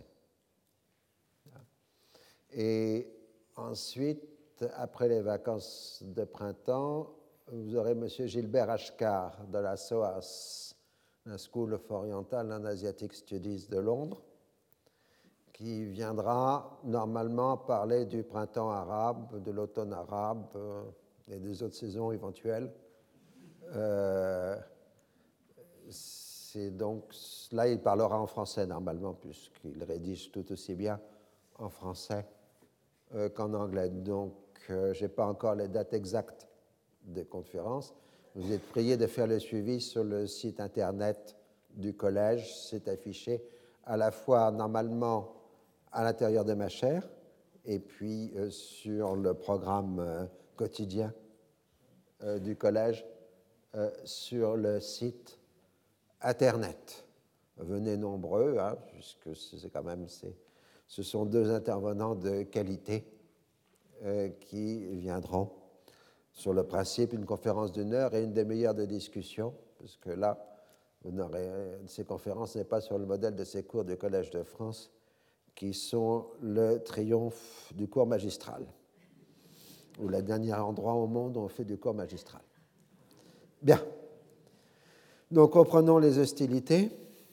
Et ensuite, après les vacances de printemps, vous aurez M. Gilbert Ashkar de la S O A S, la School of Oriental and Asiatic Studies de Londres, qui viendra normalement parler du printemps arabe, de l'automne arabe euh, et des autres saisons éventuelles. Euh, c'est donc, là, il parlera en français normalement, puisqu'il rédige tout aussi bien en français euh, qu'en anglais. Donc, euh, je n'ai pas encore les dates exactes des conférences. Vous êtes priés de faire le suivi sur le site Internet du collège. C'est affiché à la fois normalement à l'intérieur de ma chaire et puis euh, sur le programme euh, quotidien euh, du collège euh, sur le site Internet. Venez nombreux, hein, puisque c'est quand même, c'est, ce sont deux intervenants de qualité euh, qui viendront sur le principe, une conférence d'une heure et une demi-heure de discussion, parce que là, vous n'aurez, ces conférences n'est pas sur le modèle de ces cours du Collège de France, qui sont le triomphe du cours magistral, ou le dernier endroit au monde où on fait du cours magistral. Bien. Donc, reprenons les hostilités.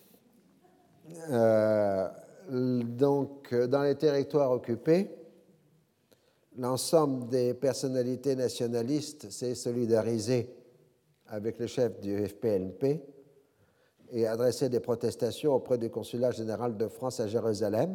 Euh, donc, dans les territoires occupés, l'ensemble des personnalités nationalistes s'est solidarisé avec le chef du F P N P et a adressé des protestations auprès du consulat général de France à Jérusalem.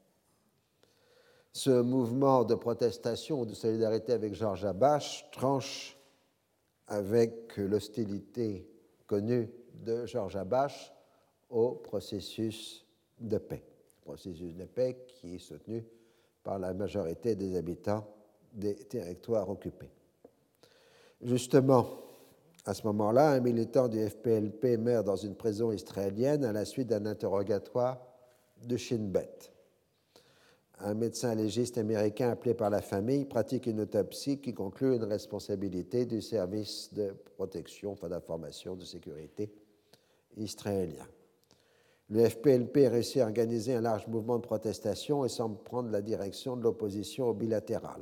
Ce mouvement de protestation ou de solidarité avec Georges Habash tranche avec l'hostilité connue de Georges Habash au processus de paix. Processus de paix qui est soutenu par la majorité des habitants des territoires occupés. Justement, à ce moment-là, un militant du F P L P meurt dans une prison israélienne à la suite d'un interrogatoire de Shin Bet. Un médecin légiste américain appelé par la famille pratique une autopsie qui conclut une responsabilité du service de protection, enfin d'information, de sécurité israélien. Le F P L P réussit à organiser un large mouvement de protestation et semble prendre la direction de l'opposition au bilatéral.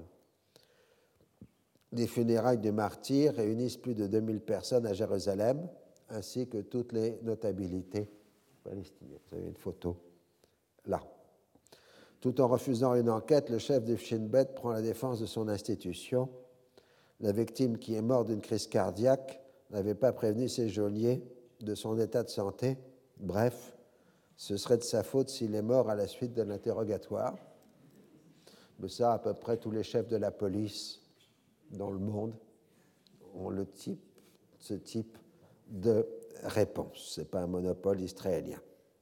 Les funérailles du martyr réunissent plus de deux mille personnes à Jérusalem, ainsi que toutes les notabilités palestiniennes. Vous avez une photo là. Tout en refusant une enquête, le chef de Shin Bet prend la défense de son institution. La victime, qui est morte d'une crise cardiaque, n'avait pas prévenu ses geôliers de son état de santé. Bref, ce serait de sa faute s'il est mort à la suite de l'interrogatoire. Mais ça, à peu près tous les chefs de la police dans le monde ont le type, ce type de réponse. Ce n'est pas un monopole israélien.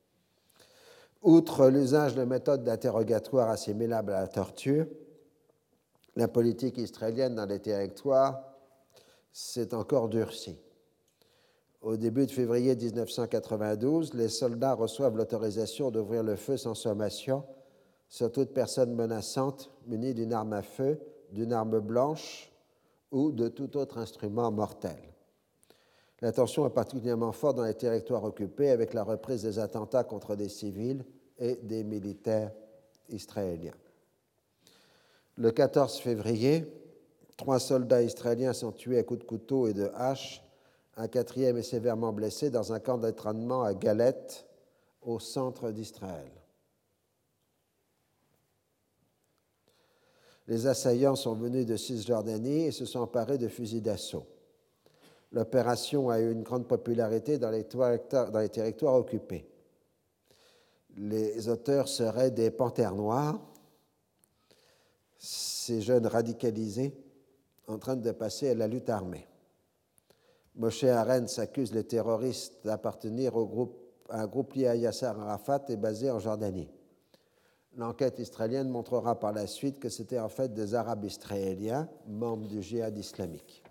Outre l'usage de méthodes d'interrogatoire assimilables à la torture, la politique israélienne dans les territoires s'est encore durcie. Au début de février mille neuf cent quatre-vingt-douze, les soldats reçoivent l'autorisation d'ouvrir le feu sans sommation sur toute personne menaçante munie d'une arme à feu, d'une arme blanche ou de tout autre instrument mortel. La tension est particulièrement forte dans les territoires occupés avec la reprise des attentats contre des civils et des militaires israéliens. Le quatorze février, trois soldats israéliens sont tués à coups de couteau et de hache. Un quatrième est sévèrement blessé dans un camp d'entraînement à Galette, au centre d'Israël. Les assaillants sont venus de Cisjordanie et se sont emparés de fusils d'assaut. L'opération a eu une grande popularité dans les, dans les territoires occupés. Les auteurs seraient des panthères noires, ces jeunes radicalisés en train de passer à la lutte armée. Moshe Arens accuse les terroristes d'appartenir au groupe, à un groupe lié à Yasser Arafat et basé en Jordanie. L'enquête israélienne montrera par la suite que c'était en fait des Arabes israéliens, membres du djihad islamique.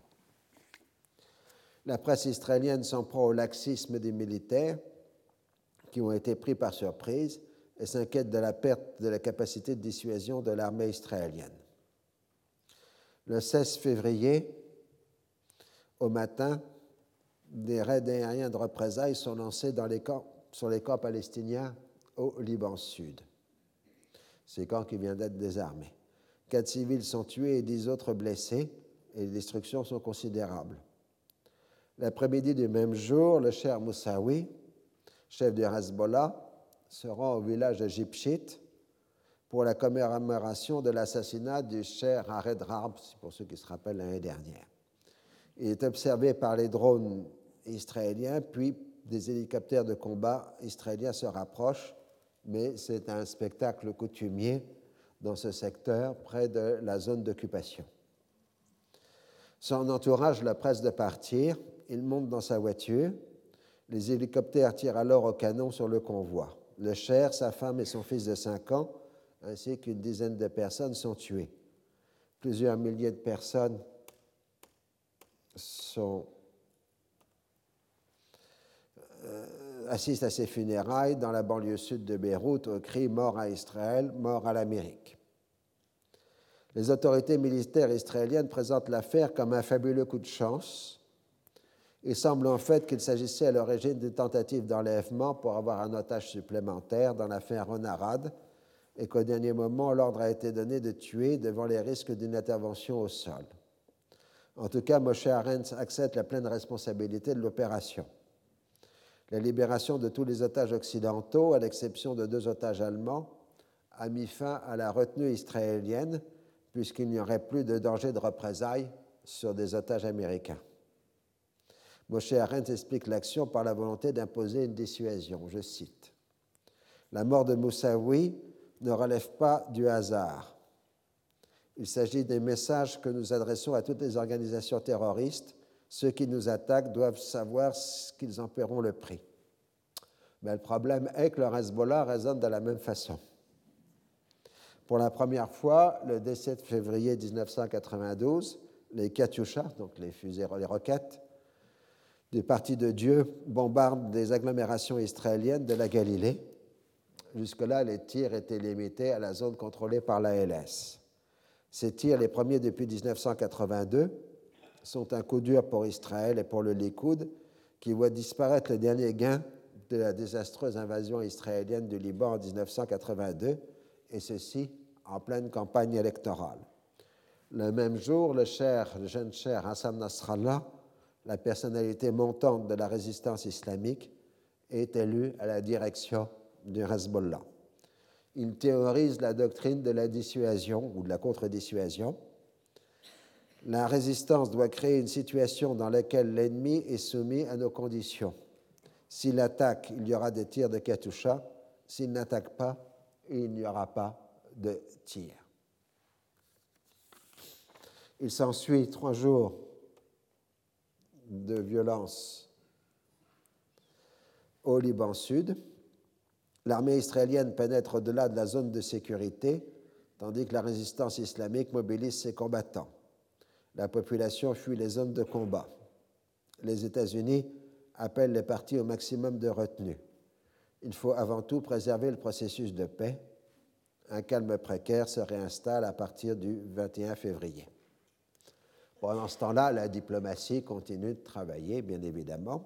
La presse israélienne s'en prend au laxisme des militaires qui ont été pris par surprise et s'inquiète de la perte de la capacité de dissuasion de l'armée israélienne. Le seize février, au matin, des raids aériens de représailles sont lancés dans les camps, sur les camps palestiniens au Liban Sud. Ces camps qui viennent d'être désarmés. Quatre civils sont tués et dix autres blessés, et les destructions sont considérables. L'après-midi du même jour, le Cher Moussaoui, chef du Hezbollah, se rend au village de Jipchit pour la commémoration de l'assassinat du Cher Hared Harb, pour ceux qui se rappellent l'année dernière. Il est observé par les drones israéliens, puis des hélicoptères de combat israéliens se rapprochent, mais c'est un spectacle coutumier dans ce secteur, près de la zone d'occupation. Son entourage le presse de partir, il monte dans sa voiture. Les hélicoptères tirent alors au canon sur le convoi. Le Cher, sa femme et son fils de cinq ans, ainsi qu'une dizaine de personnes sont tuées. Plusieurs milliers de personnes sont, euh, assistent à ces funérailles dans la banlieue sud de Beyrouth au cri « Mort à Israël, mort à l'Amérique ». Les autorités militaires israéliennes présentent l'affaire comme un fabuleux coup de chance. Il semble en fait qu'il s'agissait à l'origine d'une tentative d'enlèvement pour avoir un otage supplémentaire dans l'affaire Ron Arad et qu'au dernier moment, l'ordre a été donné de tuer devant les risques d'une intervention au sol. En tout cas, Moshe Arens accepte la pleine responsabilité de l'opération. La libération de tous les otages occidentaux, à l'exception de deux otages allemands, a mis fin à la retenue israélienne puisqu'il n'y aurait plus de danger de représailles sur des otages américains. Moshe Arens explique l'action par la volonté d'imposer une dissuasion. Je cite. « La mort de Moussaoui ne relève pas du hasard. Il s'agit des messages que nous adressons à toutes les organisations terroristes. Ceux qui nous attaquent doivent savoir qu'ils en paieront le prix. » Mais le problème est que le Hezbollah raisonne de la même façon. Pour la première fois, le dix-sept février mille neuf cent quatre-vingt-douze, les Katyusha, donc les fusées, les roquettes, du Parti de Dieu bombardent des agglomérations israéliennes de la Galilée. Jusque-là, les tirs étaient limités à la zone contrôlée par l'A L S. Ces tirs, les premiers depuis mille neuf cent quatre-vingt-deux, sont un coup dur pour Israël et pour le Likoud, qui voit disparaître le dernier gain de la désastreuse invasion israélienne du Liban en mille neuf cent quatre-vingt-deux, et ceci en pleine campagne électorale. Le même jour, le, cher, le jeune cher Hassan Nasrallah, la personnalité montante de la résistance islamique, est élu à la direction du Hezbollah. Il théorise la doctrine de la dissuasion ou de la contre-dissuasion. La résistance doit créer une situation dans laquelle l'ennemi est soumis à nos conditions. S'il attaque, il y aura des tirs de Katyusha. S'il n'attaque pas, il n'y aura pas de tirs. Il s'ensuit trois jours de violence au Liban Sud. L'armée israélienne pénètre au-delà de la zone de sécurité, tandis que la résistance islamique mobilise ses combattants. La population fuit les zones de combat. Les États-Unis appellent les partis au maximum de retenue. Il faut avant tout préserver le processus de paix. Un calme précaire se réinstalle à partir du vingt et un février. Pendant ce temps-là, la diplomatie continue de travailler, bien évidemment.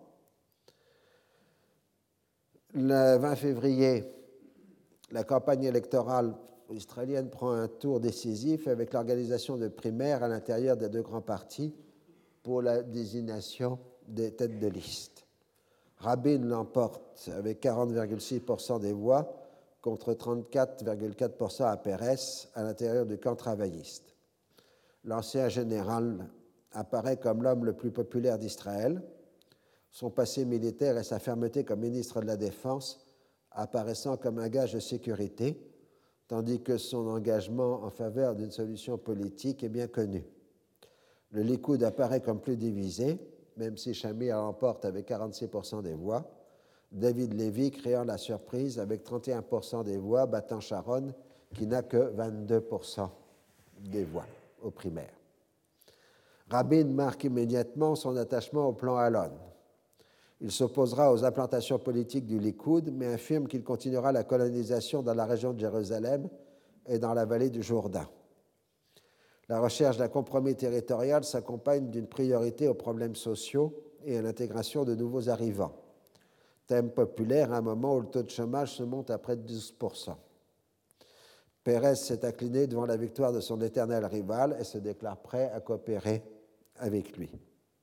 Le vingt février, la campagne électorale israélienne prend un tour décisif avec l'organisation de primaires à l'intérieur des deux grands partis pour la désignation des têtes de liste. Rabin l'emporte avec quarante virgule six pour cent des voix contre trente-quatre virgule quatre pour cent à Pérez à l'intérieur du camp travailliste. L'ancien général apparaît comme l'homme le plus populaire d'Israël, son passé militaire et sa fermeté comme ministre de la Défense apparaissant comme un gage de sécurité, tandis que son engagement en faveur d'une solution politique est bien connu. Le Likoud apparaît comme plus divisé, même si Shamir l'emporte avec quarante-six pour cent des voix, David Levy créant la surprise avec trente et un pour cent des voix, battant Sharon, qui n'a que vingt-deux pour cent des voix aux primaires. Rabin marque immédiatement son attachement au plan Alon. Il s'opposera aux implantations politiques du Likoud, mais affirme qu'il continuera la colonisation dans la région de Jérusalem et dans la vallée du Jourdain. La recherche d'un compromis territorial s'accompagne d'une priorité aux problèmes sociaux et à l'intégration de nouveaux arrivants. Thème populaire à un moment où le taux de chômage se monte à près de douze pour cent. Pérez s'est incliné devant la victoire de son éternel rival et se déclare prêt à coopérer avec lui.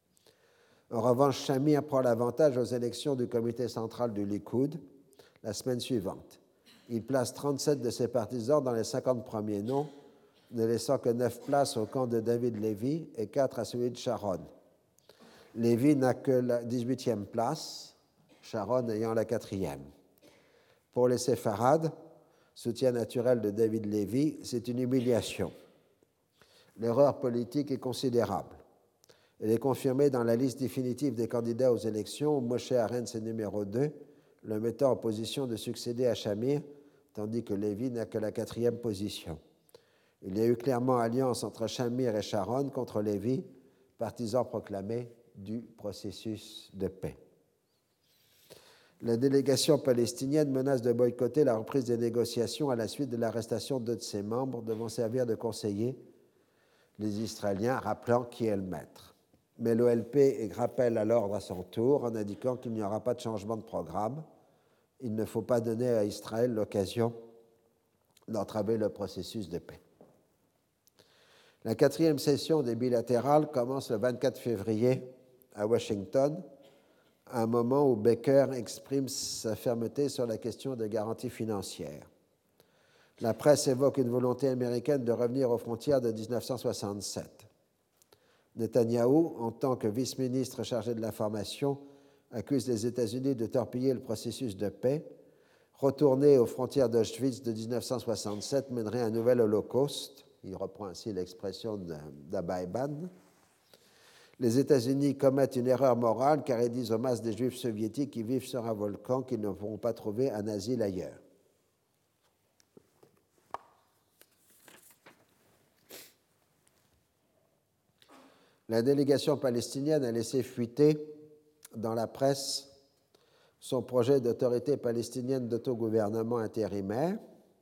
En revanche, Shamir prend l'avantage aux élections du comité central du Likoud la semaine suivante. Il place trente-sept de ses partisans dans les cinquante premiers noms, ne laissant que neuf places au camp de David Levy et quatre à celui de Sharon. Levy n'a que la dix-huitième place, Sharon ayant la quatrième. Pour les séfarades, soutien naturel de David Levy, c'est une humiliation. L'erreur politique est considérable. Elle est confirmée dans la liste définitive des candidats aux élections où Moshe Arens est numéro deux, le mettant en position de succéder à Shamir, tandis que Levy n'a que la quatrième position. Il y a eu clairement alliance entre Shamir et Sharon contre Levy, partisan proclamé du processus de paix. La délégation palestinienne menace de boycotter la reprise des négociations à la suite de l'arrestation de deux de ses membres devant servir de conseillers, les Israéliens rappelant qui est le maître. Mais l'O L P rappelle à l'ordre à son tour en indiquant qu'il n'y aura pas de changement de programme. Il ne faut pas donner à Israël l'occasion d'entraver le processus de paix. La quatrième session des bilatérales commence le vingt-quatre février à Washington, à un moment où Baker exprime sa fermeté sur la question des garanties financières. La presse évoque une volonté américaine de revenir aux frontières de dix-neuf cent soixante-sept. Netanyahou, en tant que vice-ministre chargé de l'information, accuse les États-Unis de torpiller le processus de paix. Retourner aux frontières d'Auschwitz de dix-neuf cent soixante-sept mènerait un nouvel holocauste. Il reprend ainsi l'expression d'Abba Eban. Les États-Unis commettent une erreur morale car ils disent aux masses des Juifs soviétiques qui vivent sur un volcan qu'ils ne pourront pas trouver un asile ailleurs. La délégation palestinienne a laissé fuiter dans la presse son projet d'autorité palestinienne d'autogouvernement intérimaire,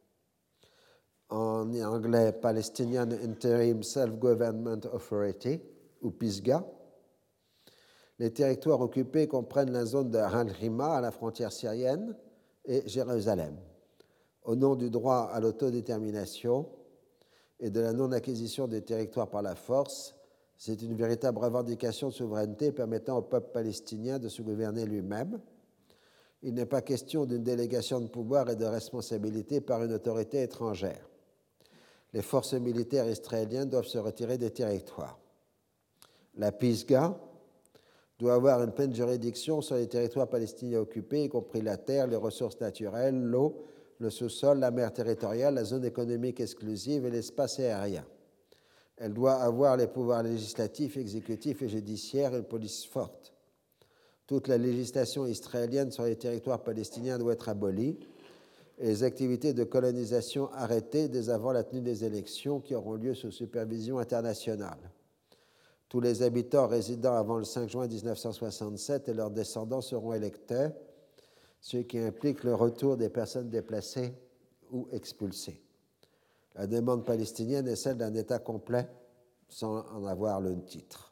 en anglais Palestinian Interim Self-Government Authority, ou PISGA. Les territoires occupés comprennent la zone de Al-Rima à la frontière syrienne et Jérusalem. Au nom du droit à l'autodétermination et de la non-acquisition des territoires par la force, c'est une véritable revendication de souveraineté permettant au peuple palestinien de se gouverner lui-même. Il n'est pas question d'une délégation de pouvoir et de responsabilité par une autorité étrangère. Les forces militaires israéliennes doivent se retirer des territoires. La PISGA doit avoir une pleine juridiction sur les territoires palestiniens occupés, y compris la terre, les ressources naturelles, l'eau, le sous-sol, la mer territoriale, la zone économique exclusive et l'espace aérien. Elle doit avoir les pouvoirs législatifs, exécutifs et judiciaires et une police forte. Toute la législation israélienne sur les territoires palestiniens doit être abolie et les activités de colonisation arrêtées dès avant la tenue des élections qui auront lieu sous supervision internationale. Tous les habitants résidant avant le cinq juin mille neuf cent soixante-sept et leurs descendants seront électeurs, ce qui implique le retour des personnes déplacées ou expulsées. La demande palestinienne est celle d'un État complet sans en avoir le titre.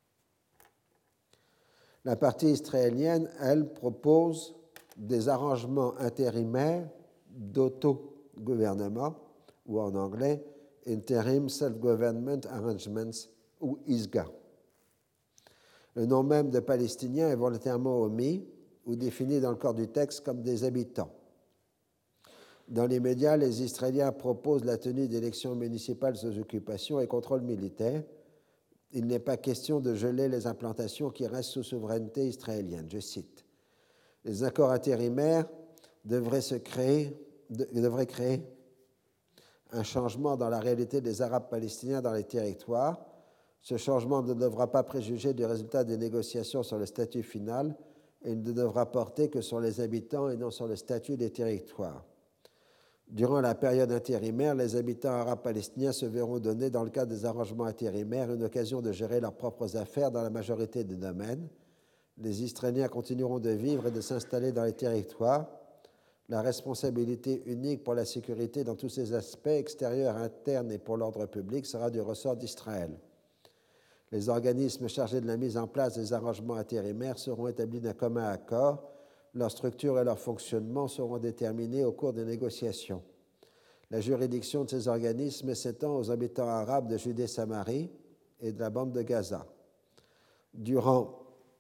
La partie israélienne, elle, propose des arrangements intérimaires d'autogouvernement, ou en anglais Interim Self-Government Arrangements, ou I S G A. Le nom même de Palestiniens est volontairement omis ou défini dans le corps du texte comme des habitants. Dans les médias, les Israéliens proposent la tenue d'élections municipales sous occupation et contrôle militaire. Il n'est pas question de geler les implantations qui restent sous souveraineté israélienne. Je cite. Les accords intérimaires devraient, se créer, de, devraient créer un changement dans la réalité des Arabes palestiniens dans les territoires. Ce changement ne devra pas préjuger du résultat des négociations sur le statut final et ne devra porter que sur les habitants et non sur le statut des territoires. Durant la période intérimaire, les habitants arabes palestiniens se verront donner, dans le cadre des arrangements intérimaires, une occasion de gérer leurs propres affaires dans la majorité des domaines. Les Israéliens continueront de vivre et de s'installer dans les territoires. La responsabilité unique pour la sécurité dans tous ses aspects, extérieurs, internes et pour l'ordre public, sera du ressort d'Israël. Les organismes chargés de la mise en place des arrangements intérimaires seront établis d'un commun accord. Leur structure et leur fonctionnement seront déterminés au cours des négociations. La juridiction de ces organismes s'étend aux habitants arabes de Judée-Samarie et de la bande de Gaza. Durant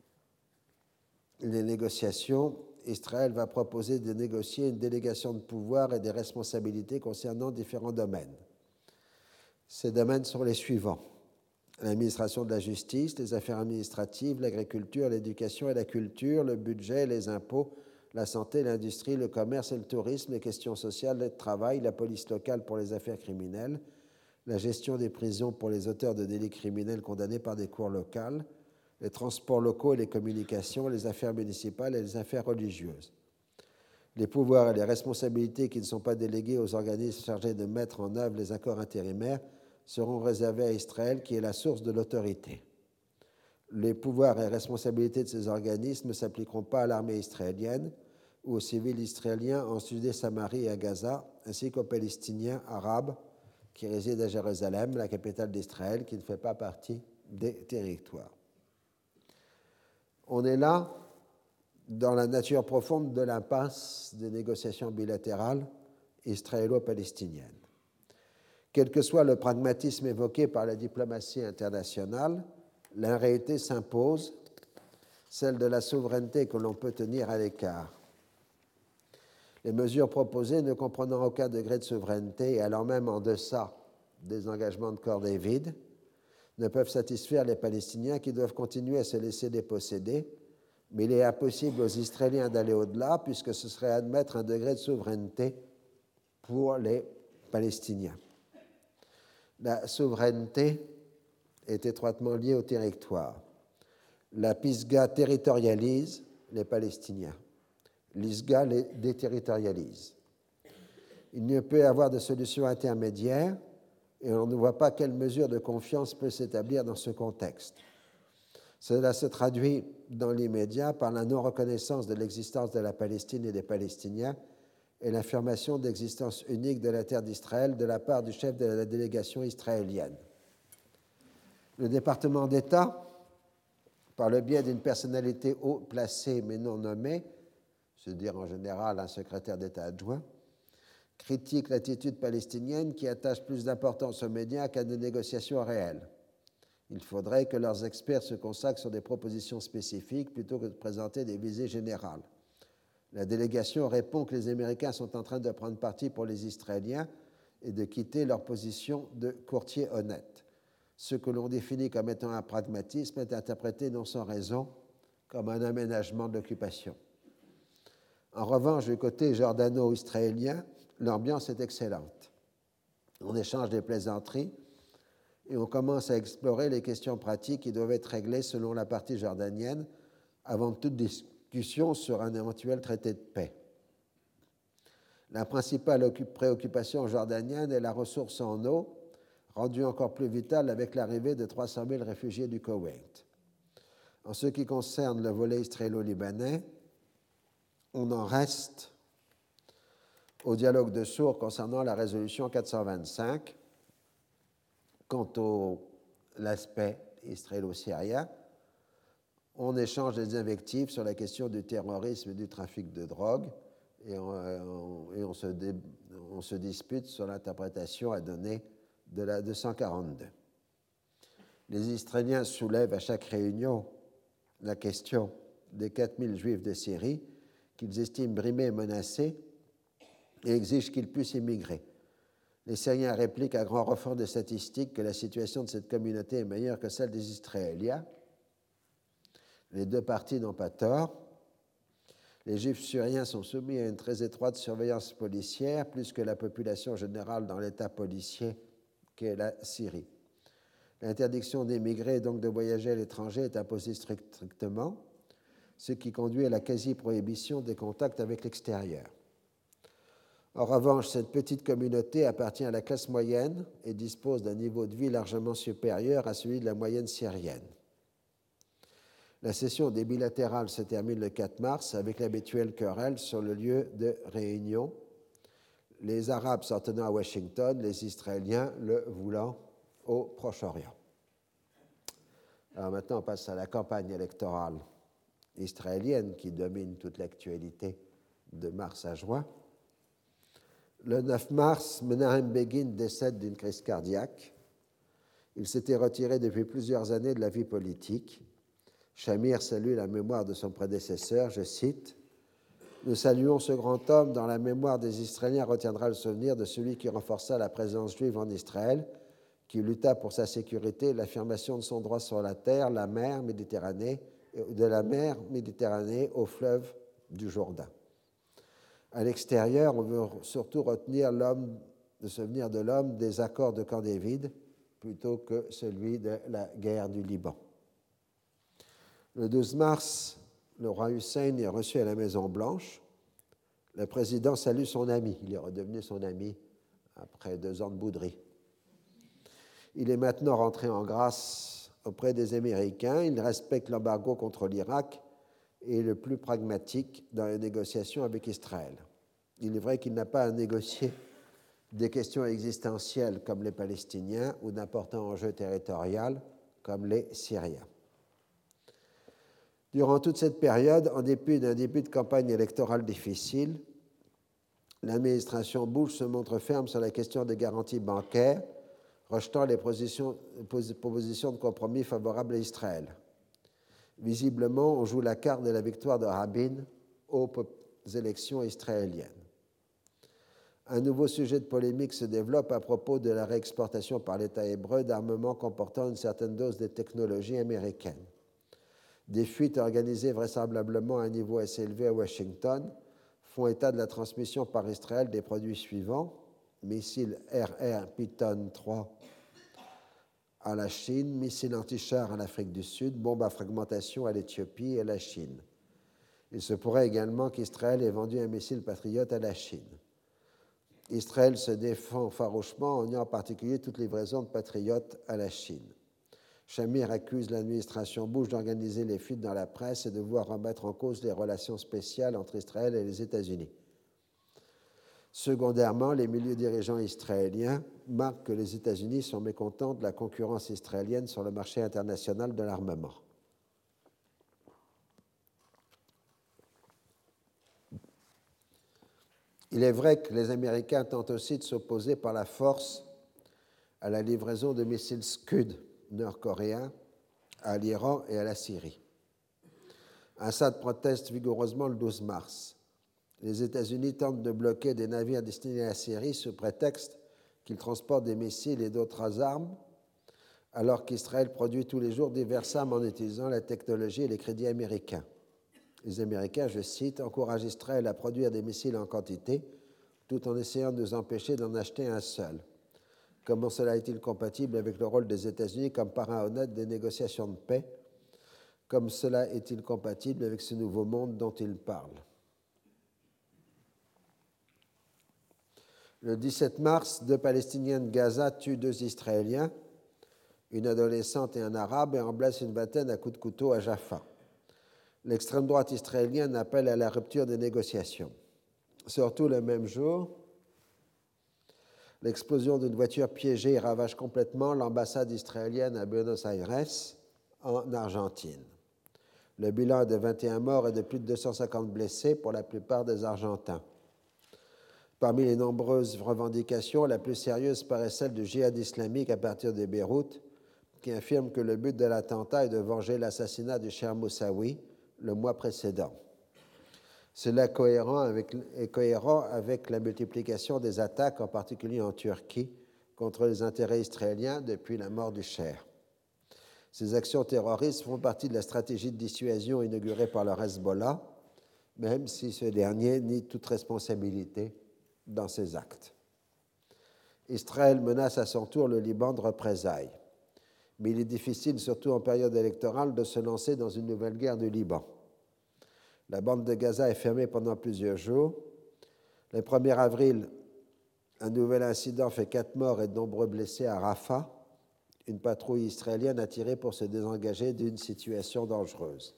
les négociations, Israël va proposer de négocier une délégation de pouvoir et des responsabilités concernant différents domaines. Ces domaines sont les suivants: l'administration de la justice, les affaires administratives, l'agriculture, l'éducation et la culture, le budget, les impôts, la santé, l'industrie, le commerce et le tourisme, les questions sociales, le travail, la police locale pour les affaires criminelles, la gestion des prisons pour les auteurs de délits criminels condamnés par des cours locales, les transports locaux et les communications, les affaires municipales et les affaires religieuses. Les pouvoirs et les responsabilités qui ne sont pas délégués aux organismes chargés de mettre en œuvre les accords intérimaires seront réservés à Israël, qui est la source de l'autorité. Les pouvoirs et responsabilités de ces organismes ne s'appliqueront pas à l'armée israélienne ou aux civils israéliens en Judée-Samarie et à Gaza, ainsi qu'aux Palestiniens arabes qui résident à Jérusalem, la capitale d'Israël, qui ne fait pas partie des territoires. On est là dans la nature profonde de l'impasse des négociations bilatérales israélo-palestiniennes. Quel que soit le pragmatisme évoqué par la diplomatie internationale, la réalité s'impose, celle de la souveraineté que l'on peut tenir à l'écart. Les mesures proposées ne comprenant aucun degré de souveraineté et alors même en deçà des engagements de Camp David ne peuvent satisfaire les Palestiniens qui doivent continuer à se laisser déposséder, mais il est impossible aux Israéliens d'aller au-delà puisque ce serait admettre un degré de souveraineté pour les Palestiniens. La souveraineté est étroitement liée au territoire. La PISGA territorialise les Palestiniens. L'I S G A les déterritorialise. Il ne peut y avoir de solution intermédiaire et on ne voit pas quelle mesure de confiance peut s'établir dans ce contexte. Cela se traduit dans l'immédiat par la non-reconnaissance de l'existence de la Palestine et des Palestiniens et l'affirmation d'existence unique de la terre d'Israël de la part du chef de la délégation israélienne. Le département d'État, par le biais d'une personnalité haut placée mais non nommée, c'est-à-dire en général un secrétaire d'État adjoint, critique l'attitude palestinienne qui attache plus d'importance aux médias qu'à des négociations réelles. Il faudrait que leurs experts se consacrent sur des propositions spécifiques plutôt que de présenter des visées générales. La délégation répond que les Américains sont en train de prendre parti pour les Israéliens et de quitter leur position de courtier honnête. Ce que l'on définit comme étant un pragmatisme est interprété non sans raison comme un aménagement de l'occupation. En revanche, du côté jordano-israélien, l'ambiance est excellente. On échange des plaisanteries et on commence à explorer les questions pratiques qui doivent être réglées selon la partie jordanienne avant toute discussion sur un éventuel traité de paix. La principale préoccupation jordanienne est la ressource en eau, rendue encore plus vitale avec l'arrivée de trois cent mille réfugiés du Koweït. En ce qui concerne le volet israélo-libanais, on en reste au dialogue de sourds concernant la résolution quatre cent vingt-cinq. Quant à l'aspect israélo-syrien, on échange des invectives sur la question du terrorisme et du trafic de drogue et on, on, et on, se, dé, on se dispute sur l'interprétation à donner de la deux cent quarante-deux. Les Israéliens soulèvent à chaque réunion la question des quatre mille juifs de Syrie qu'ils estiment brimés et menacés et exigent qu'ils puissent immigrer. Les Syriens répliquent à grand renfort de statistiques que la situation de cette communauté est meilleure que celle des Israéliens. Les deux parties n'ont pas tort. Les Juifs syriens sont soumis à une très étroite surveillance policière, plus que la population générale dans l'État policier qu'est la Syrie. L'interdiction d'émigrer et donc de voyager à l'étranger est imposée strictement, ce qui conduit à la quasi-prohibition des contacts avec l'extérieur. En revanche, cette petite communauté appartient à la classe moyenne et dispose d'un niveau de vie largement supérieur à celui de la moyenne syrienne. La session des bilatérales se termine le quatre mars avec l'habituelle querelle sur le lieu de réunion, les Arabes s'en tenant à Washington, les Israéliens le voulant au Proche-Orient. Alors maintenant, on passe à la campagne électorale israélienne qui domine toute l'actualité de mars à juin. Le neuf mars, Menahem Begin décède d'une crise cardiaque. Il s'était retiré depuis plusieurs années de la vie politique. Shamir salue la mémoire de son prédécesseur, je cite, « Nous saluons ce grand homme dont la mémoire des Israéliens retiendra le souvenir de celui qui renforça la présence juive en Israël, qui lutta pour sa sécurité et l'affirmation de son droit sur la terre, la mer Méditerranée, de la mer Méditerranée au fleuve du Jourdain. » À l'extérieur, on veut surtout retenir l'homme, le souvenir de l'homme des accords de Camp David plutôt que celui de la guerre du Liban. Le douze mars, le roi Hussein est reçu à la Maison-Blanche. Le président salue son ami. Il est redevenu son ami après deux ans de bouderie. Il est maintenant rentré en grâce auprès des Américains. Il respecte l'embargo contre l'Irak et est le plus pragmatique dans les négociations avec Israël. Il est vrai qu'il n'a pas à négocier des questions existentielles comme les Palestiniens ou d'importants enjeux territoriaux comme les Syriens. Durant toute cette période, en dépit d'un début de campagne électorale difficile, l'administration Bush se montre ferme sur la question des garanties bancaires, rejetant les propositions, propositions de compromis favorables à Israël. Visiblement, on joue la carte de la victoire de Rabin aux élections israéliennes. Un nouveau sujet de polémique se développe à propos de la réexportation par l'État hébreu d'armements comportant une certaine dose de technologie américaine. Des fuites organisées vraisemblablement à un niveau assez élevé à Washington font état de la transmission par Israël des produits suivants, missiles R R Python trois à la Chine, missiles anti-chars à l'Afrique du Sud, bombes à fragmentation à l'Éthiopie et à la Chine. Il se pourrait également qu'Israël ait vendu un missile Patriot à la Chine. Israël se défend farouchement en niant en particulier toute livraison de patriotes à la Chine. Shamir accuse l'administration Bush d'organiser les fuites dans la presse et de vouloir remettre en cause les relations spéciales entre Israël et les États-Unis. Secondairement, les milieux dirigeants israéliens marquent que les États-Unis sont mécontents de la concurrence israélienne sur le marché international de l'armement. Il est vrai que les Américains tentent aussi de s'opposer par la force à la livraison de missiles Scud nord-coréens à l'Iran et à la Syrie. Assad proteste vigoureusement le douze mars. Les États-Unis tentent de bloquer des navires destinés à la Syrie sous prétexte qu'ils transportent des missiles et d'autres armes, alors qu'Israël produit tous les jours diverses armes en utilisant la technologie et les crédits américains. Les Américains, je cite, encouragent Israël à produire des missiles en quantité, tout en essayant de nous empêcher d'en acheter un seul. Comment cela est-il compatible avec le rôle des États-Unis comme parrain honnête des négociations de paix? Comme cela est-il compatible avec ce nouveau monde dont ils parlent? Le dix-sept mars, deux Palestiniens de Gaza tuent deux Israéliens, une adolescente et un Arabe, et en blessent une vingtaine à coups de couteau à Jaffa. L'extrême droite israélienne appelle à la rupture des négociations. Surtout le même jour, l'explosion d'une voiture piégée ravage complètement l'ambassade israélienne à Buenos Aires, en Argentine. Le bilan est de vingt et un morts et de plus de deux cent cinquante blessés, pour la plupart des Argentins. Parmi les nombreuses revendications, la plus sérieuse paraît celle du djihad islamique à partir de Beyrouth, qui affirme que le but de l'attentat est de venger l'assassinat du Cher Moussaoui le mois précédent. Cela cohérent avec, est cohérent avec la multiplication des attaques, en particulier en Turquie, contre les intérêts israéliens depuis la mort du Cher. Ces actions terroristes font partie de la stratégie de dissuasion inaugurée par le Hezbollah, même si ce dernier nie toute responsabilité dans ces actes. Israël menace à son tour le Liban de représailles. Mais il est difficile, surtout en période électorale, de se lancer dans une nouvelle guerre du Liban. La bande de Gaza est fermée pendant plusieurs jours. Le premier avril, un nouvel incident fait quatre morts et de nombreux blessés à Rafah. Une patrouille israélienne a tiré pour se désengager d'une situation dangereuse.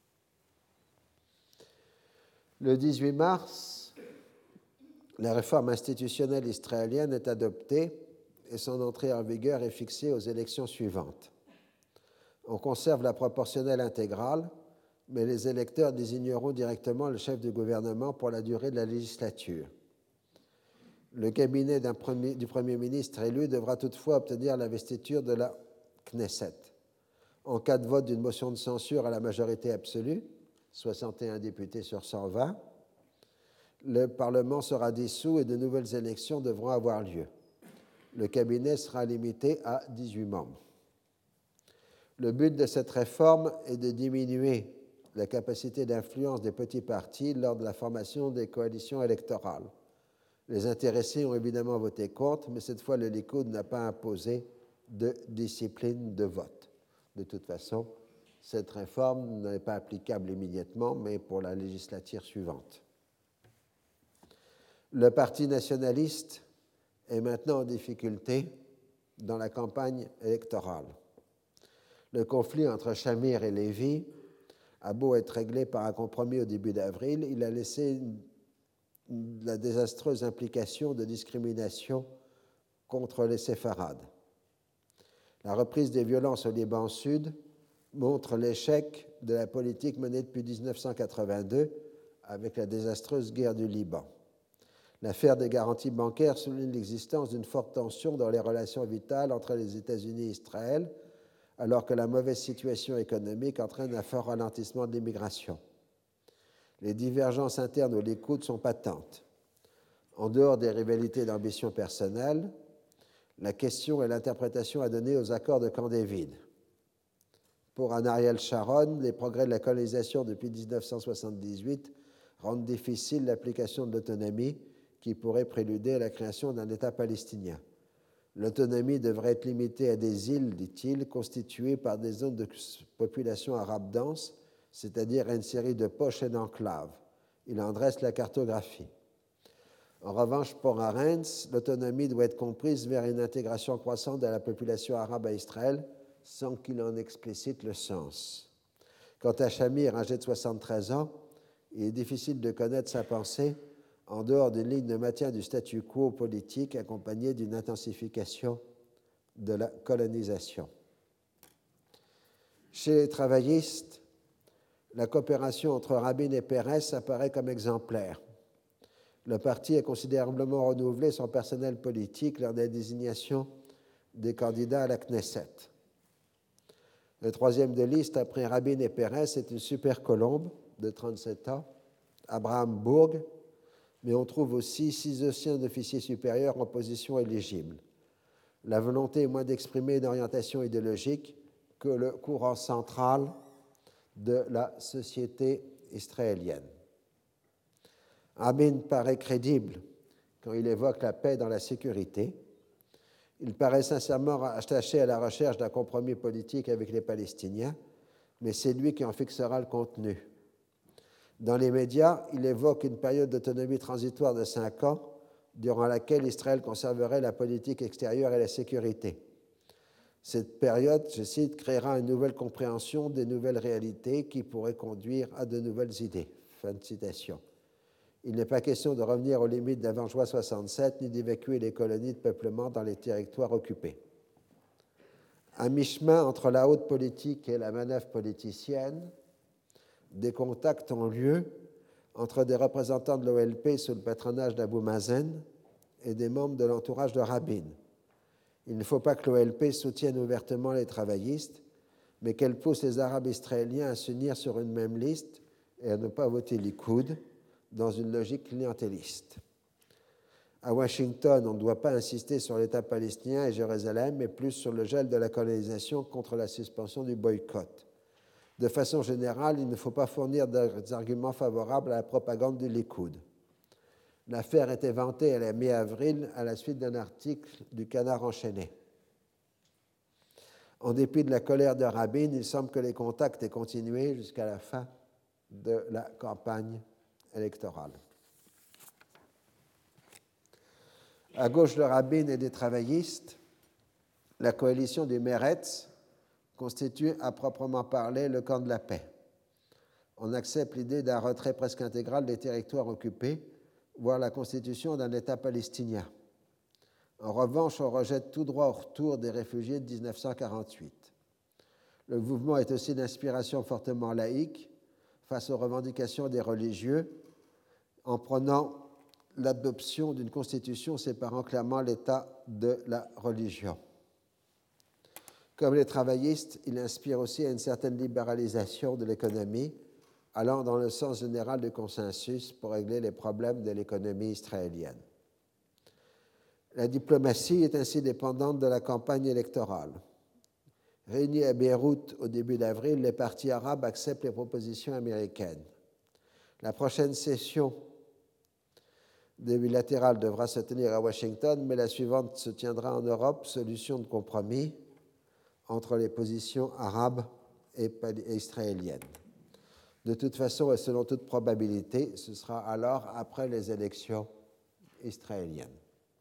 Le dix-huit mars, la réforme institutionnelle israélienne est adoptée et son entrée en vigueur est fixée aux élections suivantes. On conserve la proportionnelle intégrale, mais les électeurs désigneront directement le chef du gouvernement pour la durée de la législature. Le cabinet d'un premier, du Premier ministre élu devra toutefois obtenir l'investiture de la Knesset. En cas de vote d'une motion de censure à la majorité absolue, soixante et un députés sur cent vingt, le Parlement sera dissous et de nouvelles élections devront avoir lieu. Le cabinet sera limité à dix-huit membres. Le but de cette réforme est de diminuer la capacité d'influence des petits partis lors de la formation des coalitions électorales. Les intéressés ont évidemment voté contre, mais cette fois, le Likoud n'a pas imposé de discipline de vote. De toute façon, cette réforme n'est pas applicable immédiatement, mais pour la législature suivante. Le Parti nationaliste est maintenant en difficulté dans la campagne électorale. Le conflit entre Shamir et Lévi a beau être réglé par un compromis au début d'avril, il a laissé la désastreuse implication de discrimination contre les séfarades. La reprise des violences au Liban Sud montre l'échec de la politique menée depuis dix-neuf cent quatre-vingt-deux avec la désastreuse guerre du Liban. L'affaire des garanties bancaires souligne l'existence d'une forte tension dans les relations vitales entre les États-Unis et Israël, alors que la mauvaise situation économique entraîne un fort ralentissement de l'immigration. Les divergences internes au Likoud sont patentes. En dehors des rivalités d'ambition personnelle, la question est l'interprétation à donner aux accords de Camp David. Pour un Ariel Sharon, les progrès de la colonisation depuis dix-neuf cent soixante-dix-huit rendent difficile l'application de l'autonomie qui pourrait préluder à la création d'un État palestinien. L'autonomie devrait être limitée à des îles, dit-il, constituées par des zones de population arabe dense, c'est-à-dire à une série de poches et d'enclaves. Il en dresse la cartographie. En revanche, pour Arens, l'autonomie doit être comprise vers une intégration croissante de la population arabe à Israël, sans qu'il en explicite le sens. Quant à Shamir, âgé de soixante-treize ans, il est difficile de connaître sa pensée en dehors d'une ligne de maintien du statu quo politique accompagnée d'une intensification de la colonisation. Chez les travaillistes, la coopération entre Rabin et Peres apparaît comme exemplaire. Le parti a considérablement renouvelé son personnel politique lors des désignations des candidats à la Knesset. Le troisième de liste, après Rabin et Peres, est une super colombe de trente-sept ans, Abraham Bourg, mais on trouve aussi six anciens officiers supérieurs en position éligible. La volonté est moins d'exprimer une orientation idéologique que le courant central de la société israélienne. Rabin paraît crédible quand il évoque la paix dans la sécurité. Il paraît sincèrement attaché à la recherche d'un compromis politique avec les Palestiniens, mais c'est lui qui en fixera le contenu. Dans les médias, il évoque une période d'autonomie transitoire de cinq ans, durant laquelle Israël conserverait la politique extérieure et la sécurité. Cette période, je cite, créera une nouvelle compréhension des nouvelles réalités qui pourraient conduire à de nouvelles idées. Fin de citation. Il n'est pas question de revenir aux limites d'avant juin soixante-sept, ni d'évacuer les colonies de peuplement dans les territoires occupés. À mi-chemin entre la haute politique et la manœuvre politicienne, des contacts ont lieu entre des représentants de l'O L P sous le patronage d'Abou Mazen et des membres de l'entourage de Rabin. Il ne faut pas que l'O L P soutienne ouvertement les travaillistes, mais qu'elle pousse les Arabes israéliens à s'unir sur une même liste et à ne pas voter Likoud dans une logique clientéliste. À Washington, on ne doit pas insister sur l'État palestinien et Jérusalem, mais plus sur le gel de la colonisation contre la suspension du boycott. De façon générale, il ne faut pas fournir des arguments favorables à la propagande du Likoud. L'affaire était vantée à la mi-avril à la suite d'un article du Canard enchaîné. En dépit de la colère de Rabin, il semble que les contacts aient continué jusqu'à la fin de la campagne électorale. À gauche de Rabin et des travaillistes, la coalition du Meretz constitue à proprement parler le camp de la paix. On accepte l'idée d'un retrait presque intégral des territoires occupés, voire la constitution d'un État palestinien. En revanche, on rejette tout droit au retour des réfugiés de dix-neuf cent quarante-huit. Le mouvement est aussi d'inspiration fortement laïque face aux revendications des religieux, en prenant l'adoption d'une constitution séparant clairement l'État de la religion. Comme les travaillistes, il inspire aussi à une certaine libéralisation de l'économie, allant dans le sens général du consensus pour régler les problèmes de l'économie israélienne. La diplomatie est ainsi dépendante de la campagne électorale. Réunis à Beyrouth au début d'avril, les partis arabes acceptent les propositions américaines. La prochaine session des bilatérales devra se tenir à Washington, mais la suivante se tiendra en Europe, solution de compromis entre les positions arabes et israéliennes. De toute façon, et selon toute probabilité, ce sera alors après les élections israéliennes.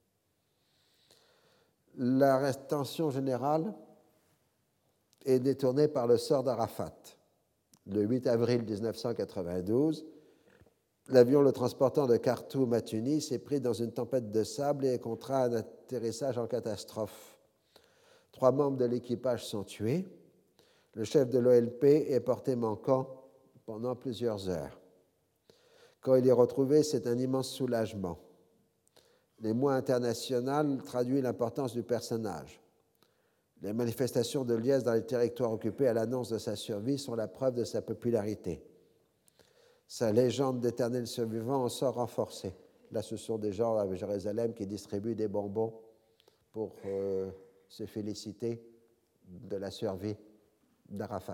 La rétention générale est détournée par le sort d'Arafat. Le huit avril mille neuf cent quatre-vingt-douze, l'avion le transportant de Khartoum à Tunis est pris dans une tempête de sable et est contraint à un atterrissage en catastrophe. Trois membres de l'équipage sont tués. Le chef de l'O L P est porté manquant pendant plusieurs heures. Quand il est retrouvé, c'est un immense soulagement. L'émoi international traduit l'importance du personnage. Les manifestations de liesse dans les territoires occupés à l'annonce de sa survie sont la preuve de sa popularité. Sa légende d'éternel survivant en sort renforcée. Là, ce sont des gens à Jérusalem qui distribuent des bonbons pour euh, se féliciter de la survie d'Arafat.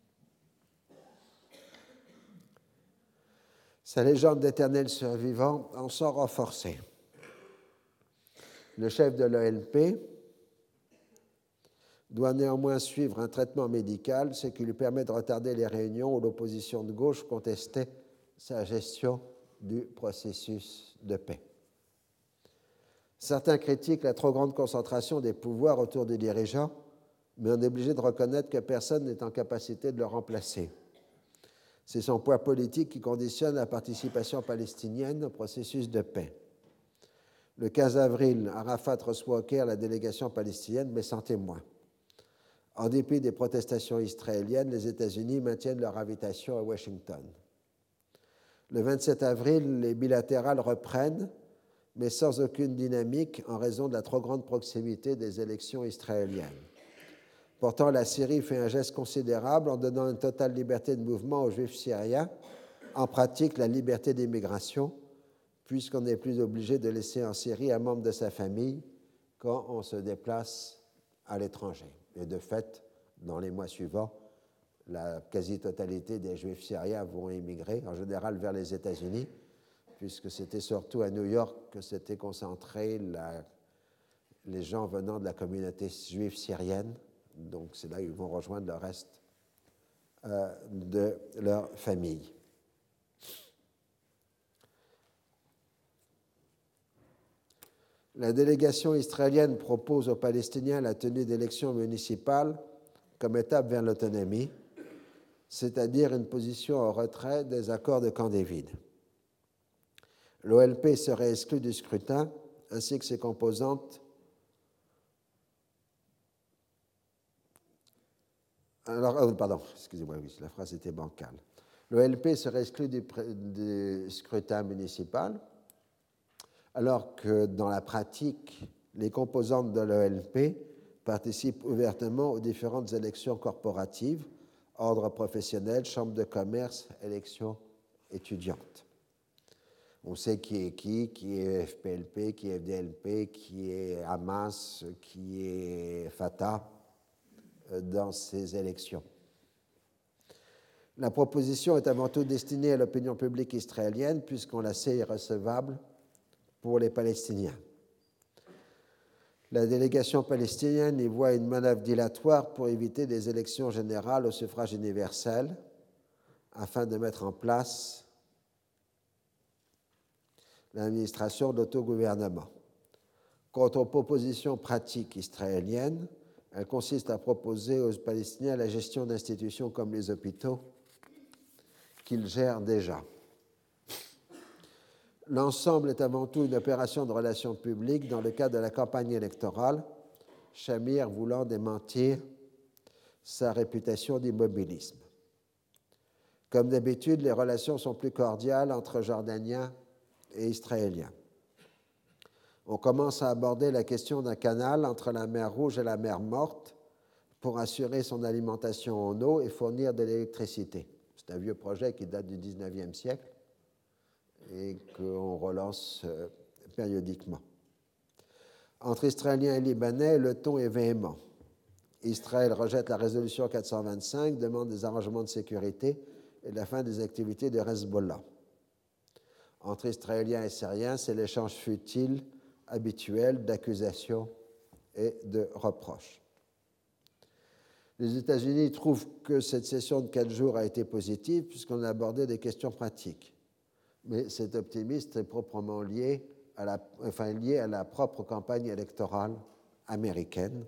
Sa légende d'éternel survivant en sort renforcée. Le chef de l'O L P doit néanmoins suivre un traitement médical, ce qui lui permet de retarder les réunions où l'opposition de gauche contestait sa gestion du processus de paix. Certains critiquent la trop grande concentration des pouvoirs autour des dirigeants, mais on est obligé de reconnaître que personne n'est en capacité de le remplacer. C'est son poids politique qui conditionne la participation palestinienne au processus de paix. Le quinze avril, Arafat reçoit au Caire la délégation palestinienne, mais sans témoin. En dépit des protestations israéliennes, les États-Unis maintiennent leur invitation à Washington. Le vingt-sept avril, les bilatérales reprennent, mais sans aucune dynamique en raison de la trop grande proximité des élections israéliennes. Pourtant, la Syrie fait un geste considérable en donnant une totale liberté de mouvement aux Juifs syriens, en pratique la liberté d'immigration, puisqu'on n'est plus obligé de laisser en Syrie un membre de sa famille quand on se déplace à l'étranger. Et de fait, dans les mois suivants, la quasi-totalité des Juifs syriens vont émigrer, en général vers les États-Unis, puisque c'était surtout à New York que s'étaient concentrés la, les gens venant de la communauté juive syrienne. Donc c'est là qu'ils vont rejoindre le reste euh, de leur famille. La délégation israélienne propose aux Palestiniens la tenue d'élections municipales comme étape vers l'autonomie, c'est-à-dire une position en retrait des accords de Camp David. L'O L P serait exclu du scrutin, ainsi que ses composantes. Alors, oh, pardon, excusez-moi, oui, la phrase était bancale. L'O L P serait exclu du, du scrutin municipal, alors que dans la pratique, les composantes de l'O L P participent ouvertement aux différentes élections corporatives, ordre professionnel, chambre de commerce, élections étudiantes. On sait qui est qui, qui est F P L P, qui est F D L P, qui est Hamas, qui est Fatah dans ces élections. La proposition est avant tout destinée à l'opinion publique israélienne puisqu'on la sait irrecevable pour les Palestiniens. La délégation palestinienne y voit une manœuvre dilatoire pour éviter des élections générales au suffrage universel afin de mettre en place l'administration d'autogouvernement. Quant aux propositions pratiques israéliennes, elles consistent à proposer aux Palestiniens la gestion d'institutions comme les hôpitaux qu'ils gèrent déjà. L'ensemble est avant tout une opération de relations publiques dans le cadre de la campagne électorale, Shamir voulant démentir sa réputation d'immobilisme. Comme d'habitude, les relations sont plus cordiales entre Jordaniens et Israéliens. On commence à aborder la question d'un canal entre la mer Rouge et la mer Morte pour assurer son alimentation en eau et fournir de l'électricité. C'est un vieux projet qui date du dix-neuvième siècle et qu'on relance euh, périodiquement. Entre Israéliens et Libanais, le ton est véhément. Israël rejette la résolution quatre cent vingt-cinq, demande des arrangements de sécurité et la fin des activités de Hezbollah. Entre Israéliens et Syriens, c'est l'échange futile habituel d'accusations et de reproches. Les États-Unis trouvent que cette session de quatre jours a été positive puisqu'on a abordé des questions pratiques. Mais cet optimisme est proprement lié à la, enfin, lié à la propre campagne électorale américaine.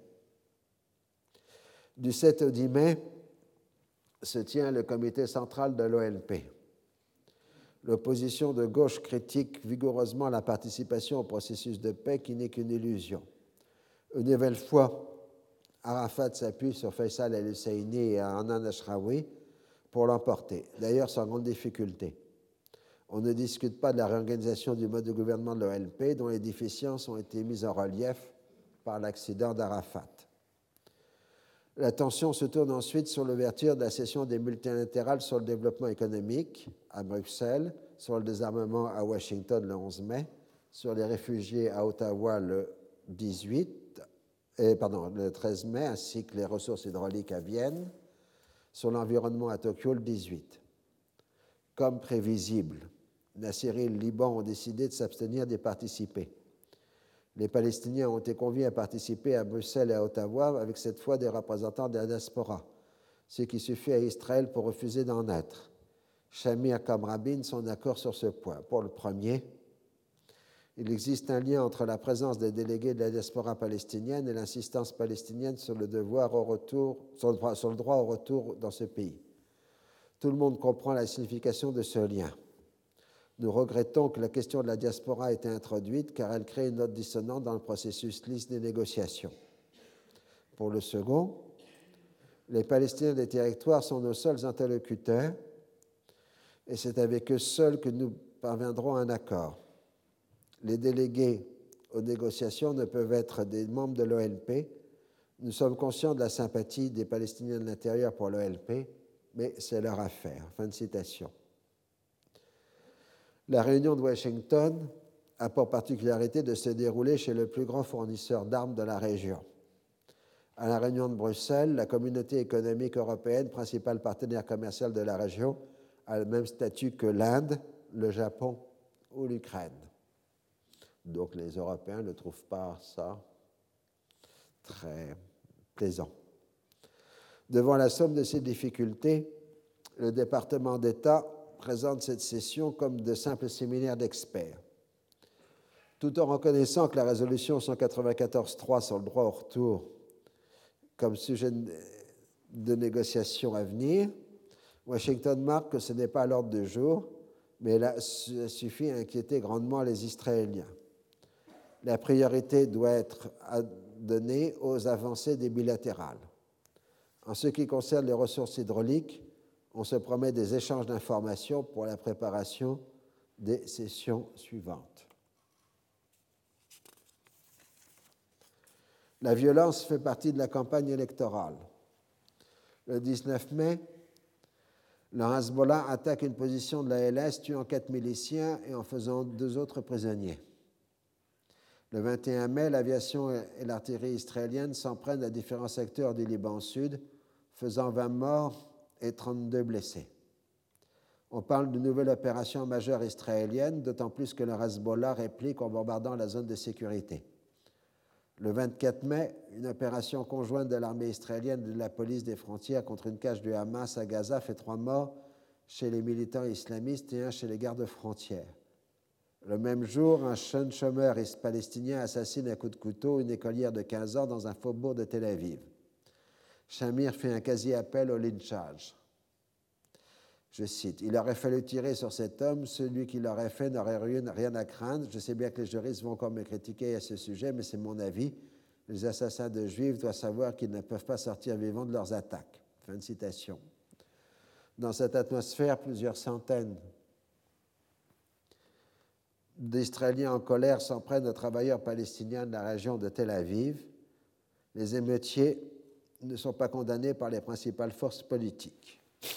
Du sept au dix mai se tient le comité central de l'O L P. L'opposition de gauche critique vigoureusement la participation au processus de paix qui n'est qu'une illusion. Une nouvelle fois, Arafat s'appuie sur Faisal el-Husseini et Hanan Ashrawi pour l'emporter, d'ailleurs sans grande difficulté. On ne discute pas de la réorganisation du mode de gouvernement de l'O L P, dont les déficiences ont été mises en relief par l'accident d'Arafat. L'attention se tourne ensuite sur l'ouverture de la session des multilatérales sur le développement économique à Bruxelles, sur le désarmement à Washington le onze mai, sur les réfugiés à Ottawa le dix-huit, et, pardon, le treize mai, ainsi que les ressources hydrauliques à Vienne, sur l'environnement à Tokyo le dix-huit. Comme prévisible, la Syrie et le Liban ont décidé de s'abstenir d'y participer. Les Palestiniens ont été conviés à participer à Bruxelles et à Ottawa, avec cette fois des représentants de la diaspora, ce qui suffit à Israël pour refuser d'en être. Shamir comme Rabin sont d'accord sur ce point. Pour le premier, Il existe un lien entre la présence des délégués de la diaspora palestinienne et l'insistance palestinienne sur le, devoir au retour, sur le droit, sur le droit au retour dans ce pays. Tout le monde comprend la signification de ce lien. Nous regrettons que la question de la diaspora ait été introduite car elle crée une note dissonante dans le processus lisse des négociations. Pour le second, les Palestiniens des territoires sont nos seuls interlocuteurs et c'est avec eux seuls que nous parviendrons à un accord. Les délégués aux négociations ne peuvent être des membres de l'O L P. Nous sommes conscients de la sympathie des Palestiniens de l'intérieur pour l'O L P, mais c'est leur affaire. Fin de citation. La réunion de Washington a pour particularité de se dérouler chez le plus grand fournisseur d'armes de la région. À la réunion de Bruxelles, la communauté économique européenne, principal partenaire commercial de la région, a le même statut que l'Inde, le Japon ou l'Ukraine. Donc les Européens ne trouvent pas ça très plaisant. Devant la somme de ces difficultés, le département d'État présente cette session comme de simples séminaires d'experts. Tout en reconnaissant que la résolution cent quatre-vingt-quatorze point trois sur le droit au retour comme sujet de négociation à venir, Washington marque que ce n'est pas à l'ordre du jour, mais là, ça suffit à inquiéter grandement les Israéliens. La priorité doit être donnée aux avancées des bilatérales. En ce qui concerne les ressources hydrauliques, on se promet des échanges d'informations pour la préparation des sessions suivantes. La violence fait partie de la campagne électorale. Le dix-neuf mai, le Hezbollah attaque une position de la L S, tuant quatre miliciens et en faisant deux autres prisonniers. Le vingt et un mai, l'aviation et l'artillerie israélienne s'en prennent à différents secteurs du Liban Sud, faisant vingt morts et trente-deux blessés. On parle d'une nouvelle opération majeure israélienne, d'autant plus que le Hezbollah réplique en bombardant la zone de sécurité. Le vingt-quatre mai, une opération conjointe de l'armée israélienne et de la police des frontières contre une cache du Hamas à Gaza fait trois morts chez les militants islamistes et un chez les gardes frontières. Le même jour, un jeune chômeur palestinien assassine à coups de couteau une écolière de quinze ans dans un faubourg de Tel Aviv. Shamir fait un quasi-appel au lynchage. Je cite, « Il aurait fallu tirer sur cet homme, celui qui l'aurait fait n'aurait rien à craindre. Je sais bien que les juristes vont encore me critiquer à ce sujet, mais c'est mon avis. Les assassins de Juifs doivent savoir qu'ils ne peuvent pas sortir vivants de leurs attaques. » Fin de citation. Dans cette atmosphère, plusieurs centaines d'Israéliens en colère s'en prennent aux travailleurs palestiniens de la région de Tel Aviv. Les émeutiers ne sont pas condamnés par les principales forces politiques.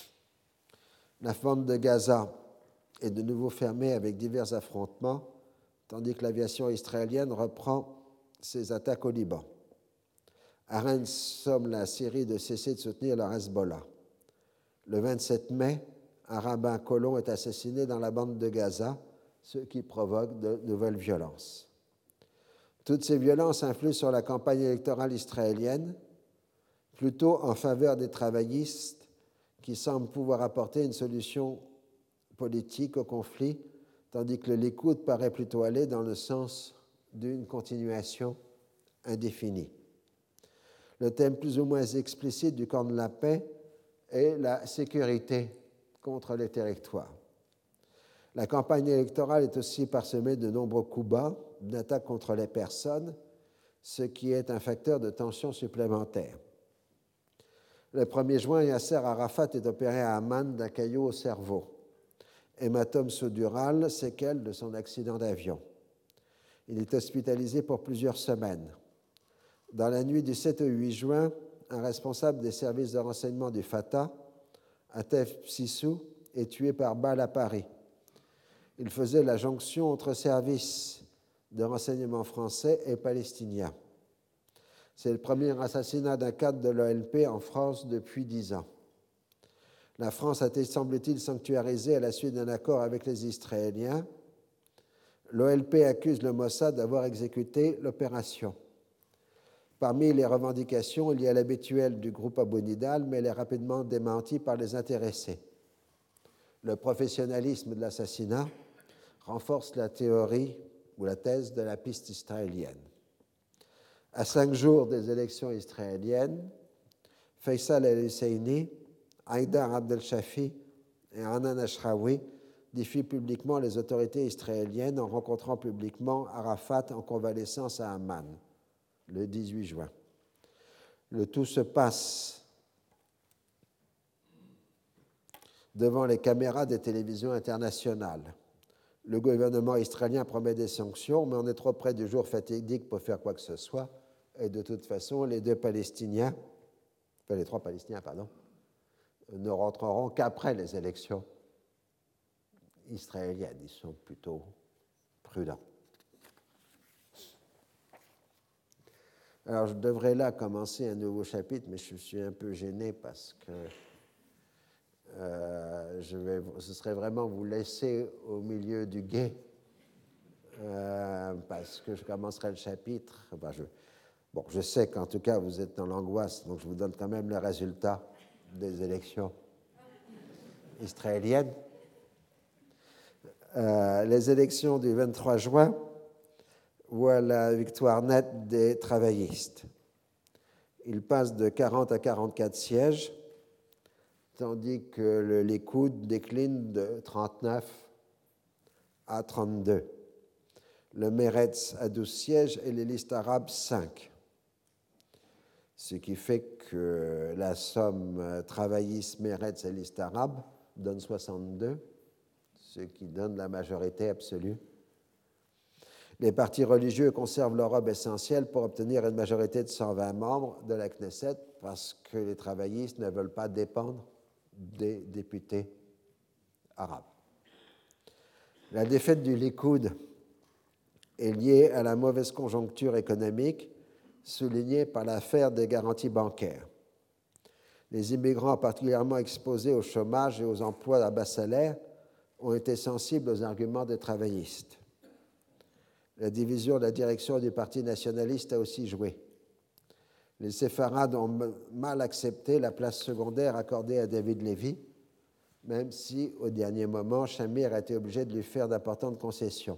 La bande de Gaza est de nouveau fermée avec divers affrontements, tandis que l'aviation israélienne reprend ses attaques au Liban. Arendt somme la Syrie de cesser de soutenir le Hezbollah. Le vingt-sept mai, un rabbin colon est assassiné dans la bande de Gaza, ce qui provoque de nouvelles violences. Toutes ces violences influent sur la campagne électorale israélienne, plutôt en faveur des travaillistes qui semblent pouvoir apporter une solution politique au conflit, tandis que le Likoud paraît plutôt aller dans le sens d'une continuation indéfinie. Le thème plus ou moins explicite du camp de la paix est la sécurité contre les territoires. La campagne électorale est aussi parsemée de nombreux coups bas, d'attaques contre les personnes, ce qui est un facteur de tension supplémentaire. Le premier juin, Yasser Arafat est opéré à Amman d'un caillot au cerveau. Hématome sous-dural, séquelles de son accident d'avion. Il est hospitalisé pour plusieurs semaines. Dans la nuit du sept au huit juin, un responsable des services de renseignement du Fatah, Atef Sissou, est tué par balle à Paris. Il faisait la jonction entre services de renseignement français et palestiniens. C'est le premier assassinat d'un cadre de l'O L P en France depuis dix ans. La France a été, semble-t-il, sanctuarisée à la suite d'un accord avec les Israéliens. L'O L P accuse le Mossad d'avoir exécuté l'opération. Parmi les revendications, il y a l'habituelle du groupe Abu Nidal, mais elle est rapidement démentie par les intéressés. Le professionnalisme de l'assassinat renforce la théorie ou la thèse de la piste israélienne. À cinq jours des élections israéliennes, Faisal el-Husseini, Haïdar Abdel-Shafi et Hanan Ashraoui défient publiquement les autorités israéliennes en rencontrant publiquement Arafat en convalescence à Amman, le dix-huit juin. Le tout se passe devant les caméras des télévisions internationales. Le gouvernement israélien promet des sanctions, mais on est trop près du jour fatidique pour faire quoi que ce soit. Et de toute façon, les deux Palestiniens, enfin les trois Palestiniens, pardon, ne rentreront qu'après les élections israéliennes. Ils sont plutôt prudents. Alors, je devrais là commencer un nouveau chapitre, mais je suis un peu gêné parce que euh, je vais, ce serait vraiment vous laisser au milieu du gué, euh, parce que je commencerai le chapitre. Ben je, bon, je sais qu'en tout cas, vous êtes dans l'angoisse, donc je vous donne quand même le résultat des élections israéliennes. Euh, les élections du vingt-trois juin voient la victoire nette des travaillistes. Ils passent de quarante à quarante-quatre sièges, tandis que le Likoud décline de trente-neuf à trente-deux. Le Meretz a douze sièges et les listes arabes cinq. Ce qui fait que la somme travailliste, Meretz et liste arabe donne soixante-deux, ce qui donne la majorité absolue. Les partis religieux conservent leur robe essentielle pour obtenir une majorité de cent vingt membres de la Knesset parce que les travaillistes ne veulent pas dépendre des députés arabes. La défaite du Likoud est liée à la mauvaise conjoncture économique soulignée par l'affaire des garanties bancaires. Les immigrants particulièrement exposés au chômage et aux emplois à bas salaire ont été sensibles aux arguments des travaillistes. La division de la direction du Parti nationaliste a aussi joué. Les séfarades ont mal accepté la place secondaire accordée à David Lévy, même si, au dernier moment, Shamir a été obligé de lui faire d'importantes concessions.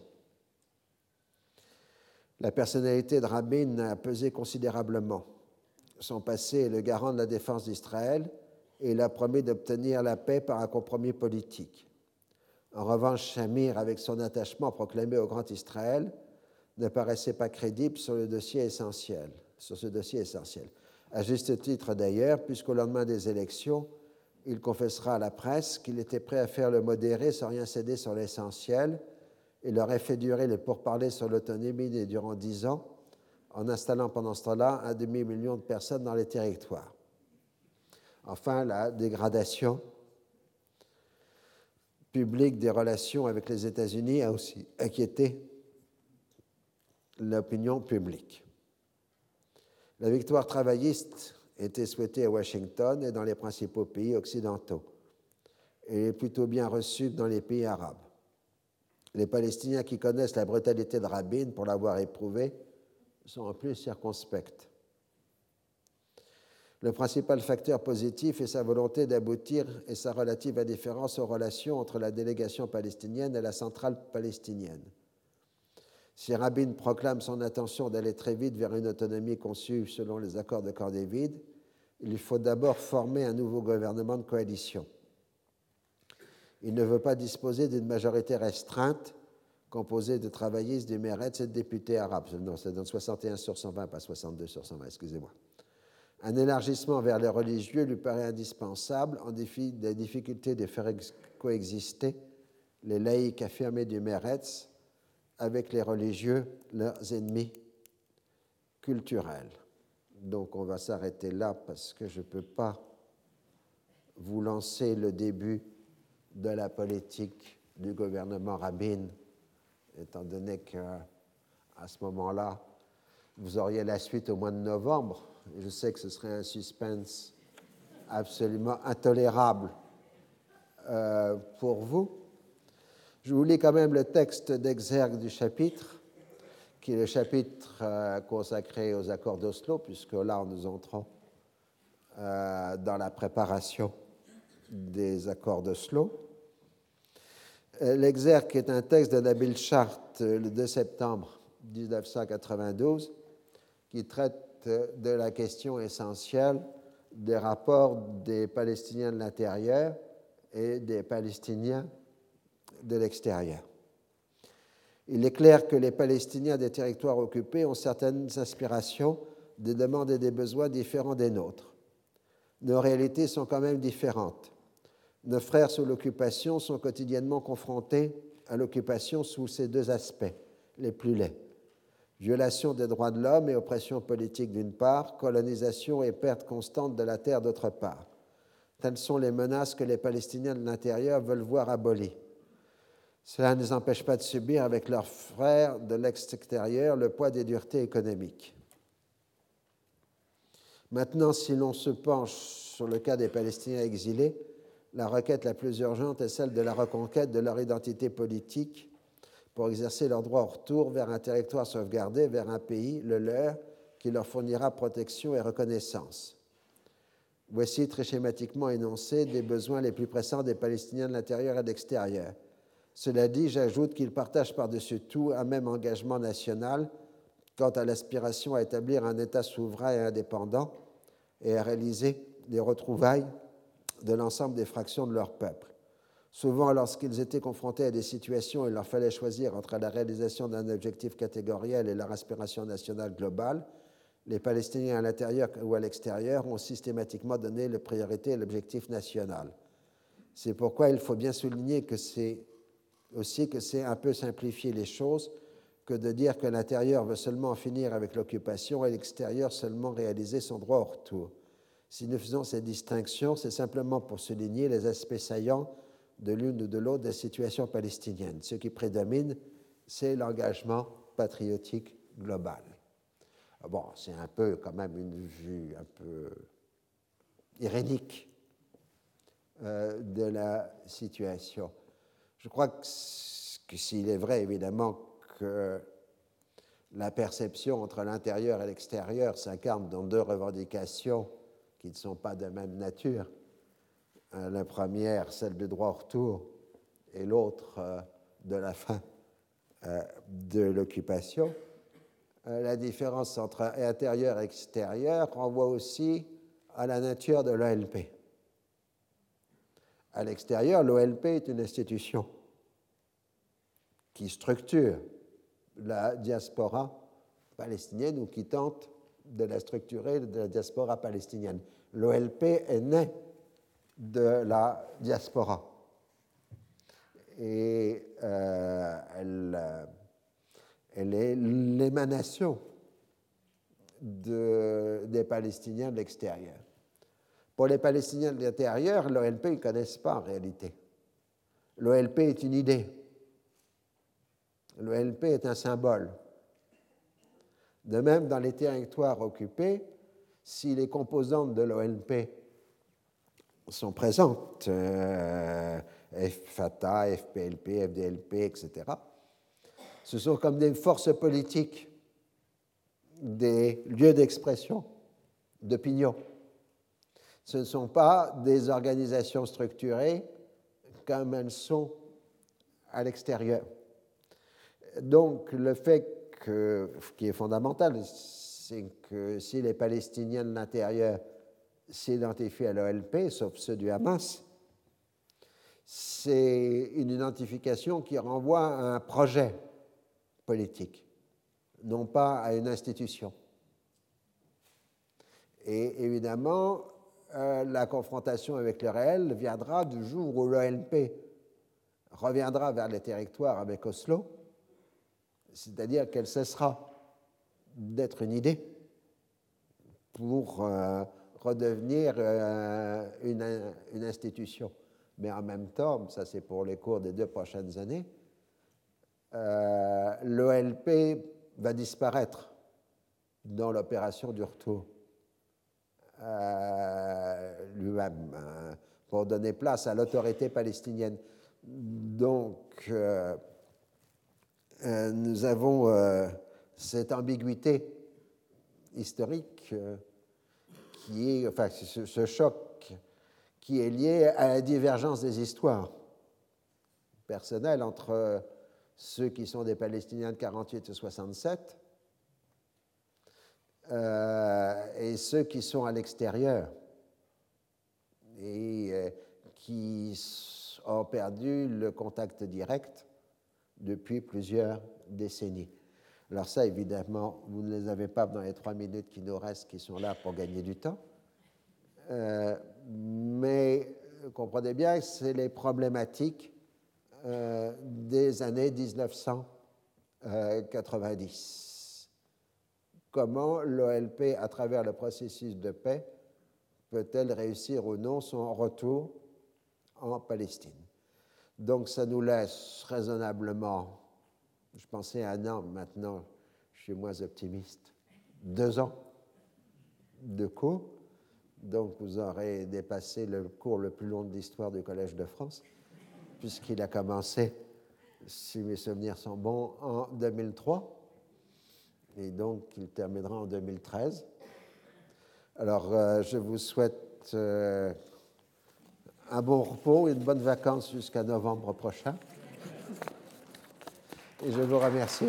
La personnalité de Rabin a pesé considérablement. Son passé est le garant de la défense d'Israël et il a promis d'obtenir la paix par un compromis politique. En revanche, Shamir, avec son attachement proclamé au Grand Israël, ne paraissait pas crédible sur le dossier essentiel, sur ce dossier essentiel. À juste titre d'ailleurs, puisqu'au lendemain des élections, il confessera à la presse qu'il était prêt à faire le modéré sans rien céder sur l'essentiel. Il aurait fait durer les pourparlers sur l'autonomie durant dix ans, en installant pendant ce temps-là un demi-million de personnes dans les territoires. Enfin, la dégradation publique des relations avec les États-Unis a aussi inquiété l'opinion publique. La victoire travailliste était souhaitée à Washington et dans les principaux pays occidentaux et est plutôt bien reçue dans les pays arabes. Les Palestiniens qui connaissent la brutalité de Rabin pour l'avoir éprouvée sont en plus circonspects. Le principal facteur positif est sa volonté d'aboutir et sa relative indifférence aux relations entre la délégation palestinienne et la centrale palestinienne. Si Rabin proclame son intention d'aller très vite vers une autonomie conçue selon les accords de Camp David, il faut d'abord former un nouveau gouvernement de coalition. Il ne veut pas disposer d'une majorité restreinte composée de travaillistes, du Meretz et de députés arabes. Non, ça donne soixante et un sur cent vingt, pas soixante-deux sur cent vingt, excusez-moi. Un élargissement vers les religieux lui paraît indispensable en défi des difficultés de faire coexister les laïcs affirmés du Meretz avec les religieux, leurs ennemis culturels. Donc on va s'arrêter là parce que je ne peux pas vous lancer le début de la politique du gouvernement Rabin, étant donné qu'à ce moment-là, vous auriez la suite au mois de novembre. Je sais que ce serait un suspense absolument intolérable euh, pour vous. Je vous lis quand même le texte d'exergue du chapitre, qui est le chapitre euh, consacré aux accords d'Oslo, puisque là, nous entrons euh, dans la préparation des accords d'Oslo. L'Exergue est un texte de Nabil Chart le deux septembre mille neuf cent quatre-vingt-douze qui traite de la question essentielle des rapports des Palestiniens de l'intérieur et des Palestiniens de l'extérieur. Il est clair que les Palestiniens des territoires occupés ont certaines aspirations, des demandes et des besoins différents des nôtres. Nos réalités sont quand même différentes. Nos frères sous l'occupation sont quotidiennement confrontés à l'occupation sous ces deux aspects, les plus laids. Violation des droits de l'homme et oppression politique d'une part, colonisation et perte constante de la terre d'autre part. Telles sont les menaces que les Palestiniens de l'intérieur veulent voir abolies. Cela ne les empêche pas de subir avec leurs frères de l'extérieur le poids des duretés économiques. Maintenant, si l'on se penche sur le cas des Palestiniens exilés, la requête la plus urgente est celle de la reconquête de leur identité politique pour exercer leur droit au retour vers un territoire sauvegardé, vers un pays, le leur, qui leur fournira protection et reconnaissance. Voici très schématiquement énoncés des besoins les plus pressants des Palestiniens de l'intérieur et de l'extérieur. Cela dit, j'ajoute qu'ils partagent par-dessus tout un même engagement national quant à l'aspiration à établir un État souverain et indépendant et à réaliser des retrouvailles de l'ensemble des fractions de leur peuple. Souvent, lorsqu'ils étaient confrontés à des situations où il leur fallait choisir entre la réalisation d'un objectif catégoriel et leur aspiration nationale globale, les Palestiniens à l'intérieur ou à l'extérieur ont systématiquement donné la priorité à l'objectif national. C'est pourquoi il faut bien souligner que c'est aussi que c'est un peu simplifier les choses que de dire que l'intérieur veut seulement en finir avec l'occupation et l'extérieur seulement réaliser son droit au retour. Si nous faisons cette distinction, c'est simplement pour souligner les aspects saillants de l'une ou de l'autre des situations palestiniennes. Ce qui prédomine, c'est l'engagement patriotique global. Bon, c'est un peu quand même une vue un peu irénique euh, de la situation. Je crois que, que s'il est vrai, évidemment, que la perception entre l'intérieur et l'extérieur s'incarne dans deux revendications qui ne sont pas de même nature, euh, la première, celle du droit au retour, et l'autre, euh, de la fin euh, de l'occupation. Euh, la différence entre intérieur et extérieur renvoie aussi à la nature de l'O L P. À l'extérieur, l'O L P est une institution qui structure la diaspora palestinienne ou qui tente de la structurer de la diaspora palestinienne. L'O L P est né de la diaspora et euh, elle, elle est l'émanation de, des Palestiniens de l'extérieur. Pour les Palestiniens de l'intérieur, l'O L P, ils ne connaissent pas en réalité. L'O L P est une idée. L'O L P est un symbole. De même, dans les territoires occupés, si les composantes de l'O L P sont présentes, euh, Fatah, F P L P, F D L P, et cetera, ce sont comme des forces politiques, des lieux d'expression, d'opinion. Ce ne sont pas des organisations structurées comme elles sont à l'extérieur. Donc, le fait que, ce qui est fondamental, c'est que si les Palestiniens de l'intérieur s'identifient à l'O L P, sauf ceux du Hamas, c'est une identification qui renvoie à un projet politique, non pas à une institution. Et évidemment, euh, la confrontation avec le réel viendra du jour où l'O L P reviendra vers les territoires avec Oslo, c'est-à-dire qu'elle cessera d'être une idée pour euh, redevenir euh, une, une institution. Mais en même temps, ça c'est pour les cours des deux prochaines années, euh, l'O L P va disparaître dans l'opération du retour euh, lui-même euh, pour donner place à l'autorité palestinienne. Donc, euh, euh, nous avons euh, cette ambiguïté historique euh, qui est, enfin, ce, ce choc qui est lié à la divergence des histoires personnel entre ceux qui sont des Palestiniens de quarante-huit et soixante-sept euh, et ceux qui sont à l'extérieur et euh, qui ont perdu le contact direct depuis plusieurs décennies. Alors ça, évidemment, vous ne les avez pas dans les trois minutes qui nous restent, qui sont là pour gagner du temps. Euh, mais comprenez bien que c'est les problématiques euh, des années dix-neuf cent quatre-vingt-dix. Comment l'O L P, à travers le processus de paix, peut-elle réussir ou non son retour en Palestine? Donc ça nous laisse raisonnablement, je pensais à un an, maintenant je suis moins optimiste, deux ans de cours. Donc vous aurez dépassé le cours le plus long de l'histoire du Collège de France, puisqu'il a commencé, si mes souvenirs sont bons, en deux mille trois, et donc il terminera en deux mille treize. Alors euh, je vous souhaite euh, un bon repos et une bonne vacance jusqu'à novembre prochain. Et je vous remercie.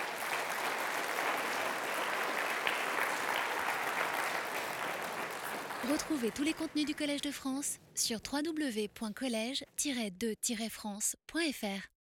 Retrouvez tous les contenus du Collège de France sur w w w point collège tiret de tiret france point f r.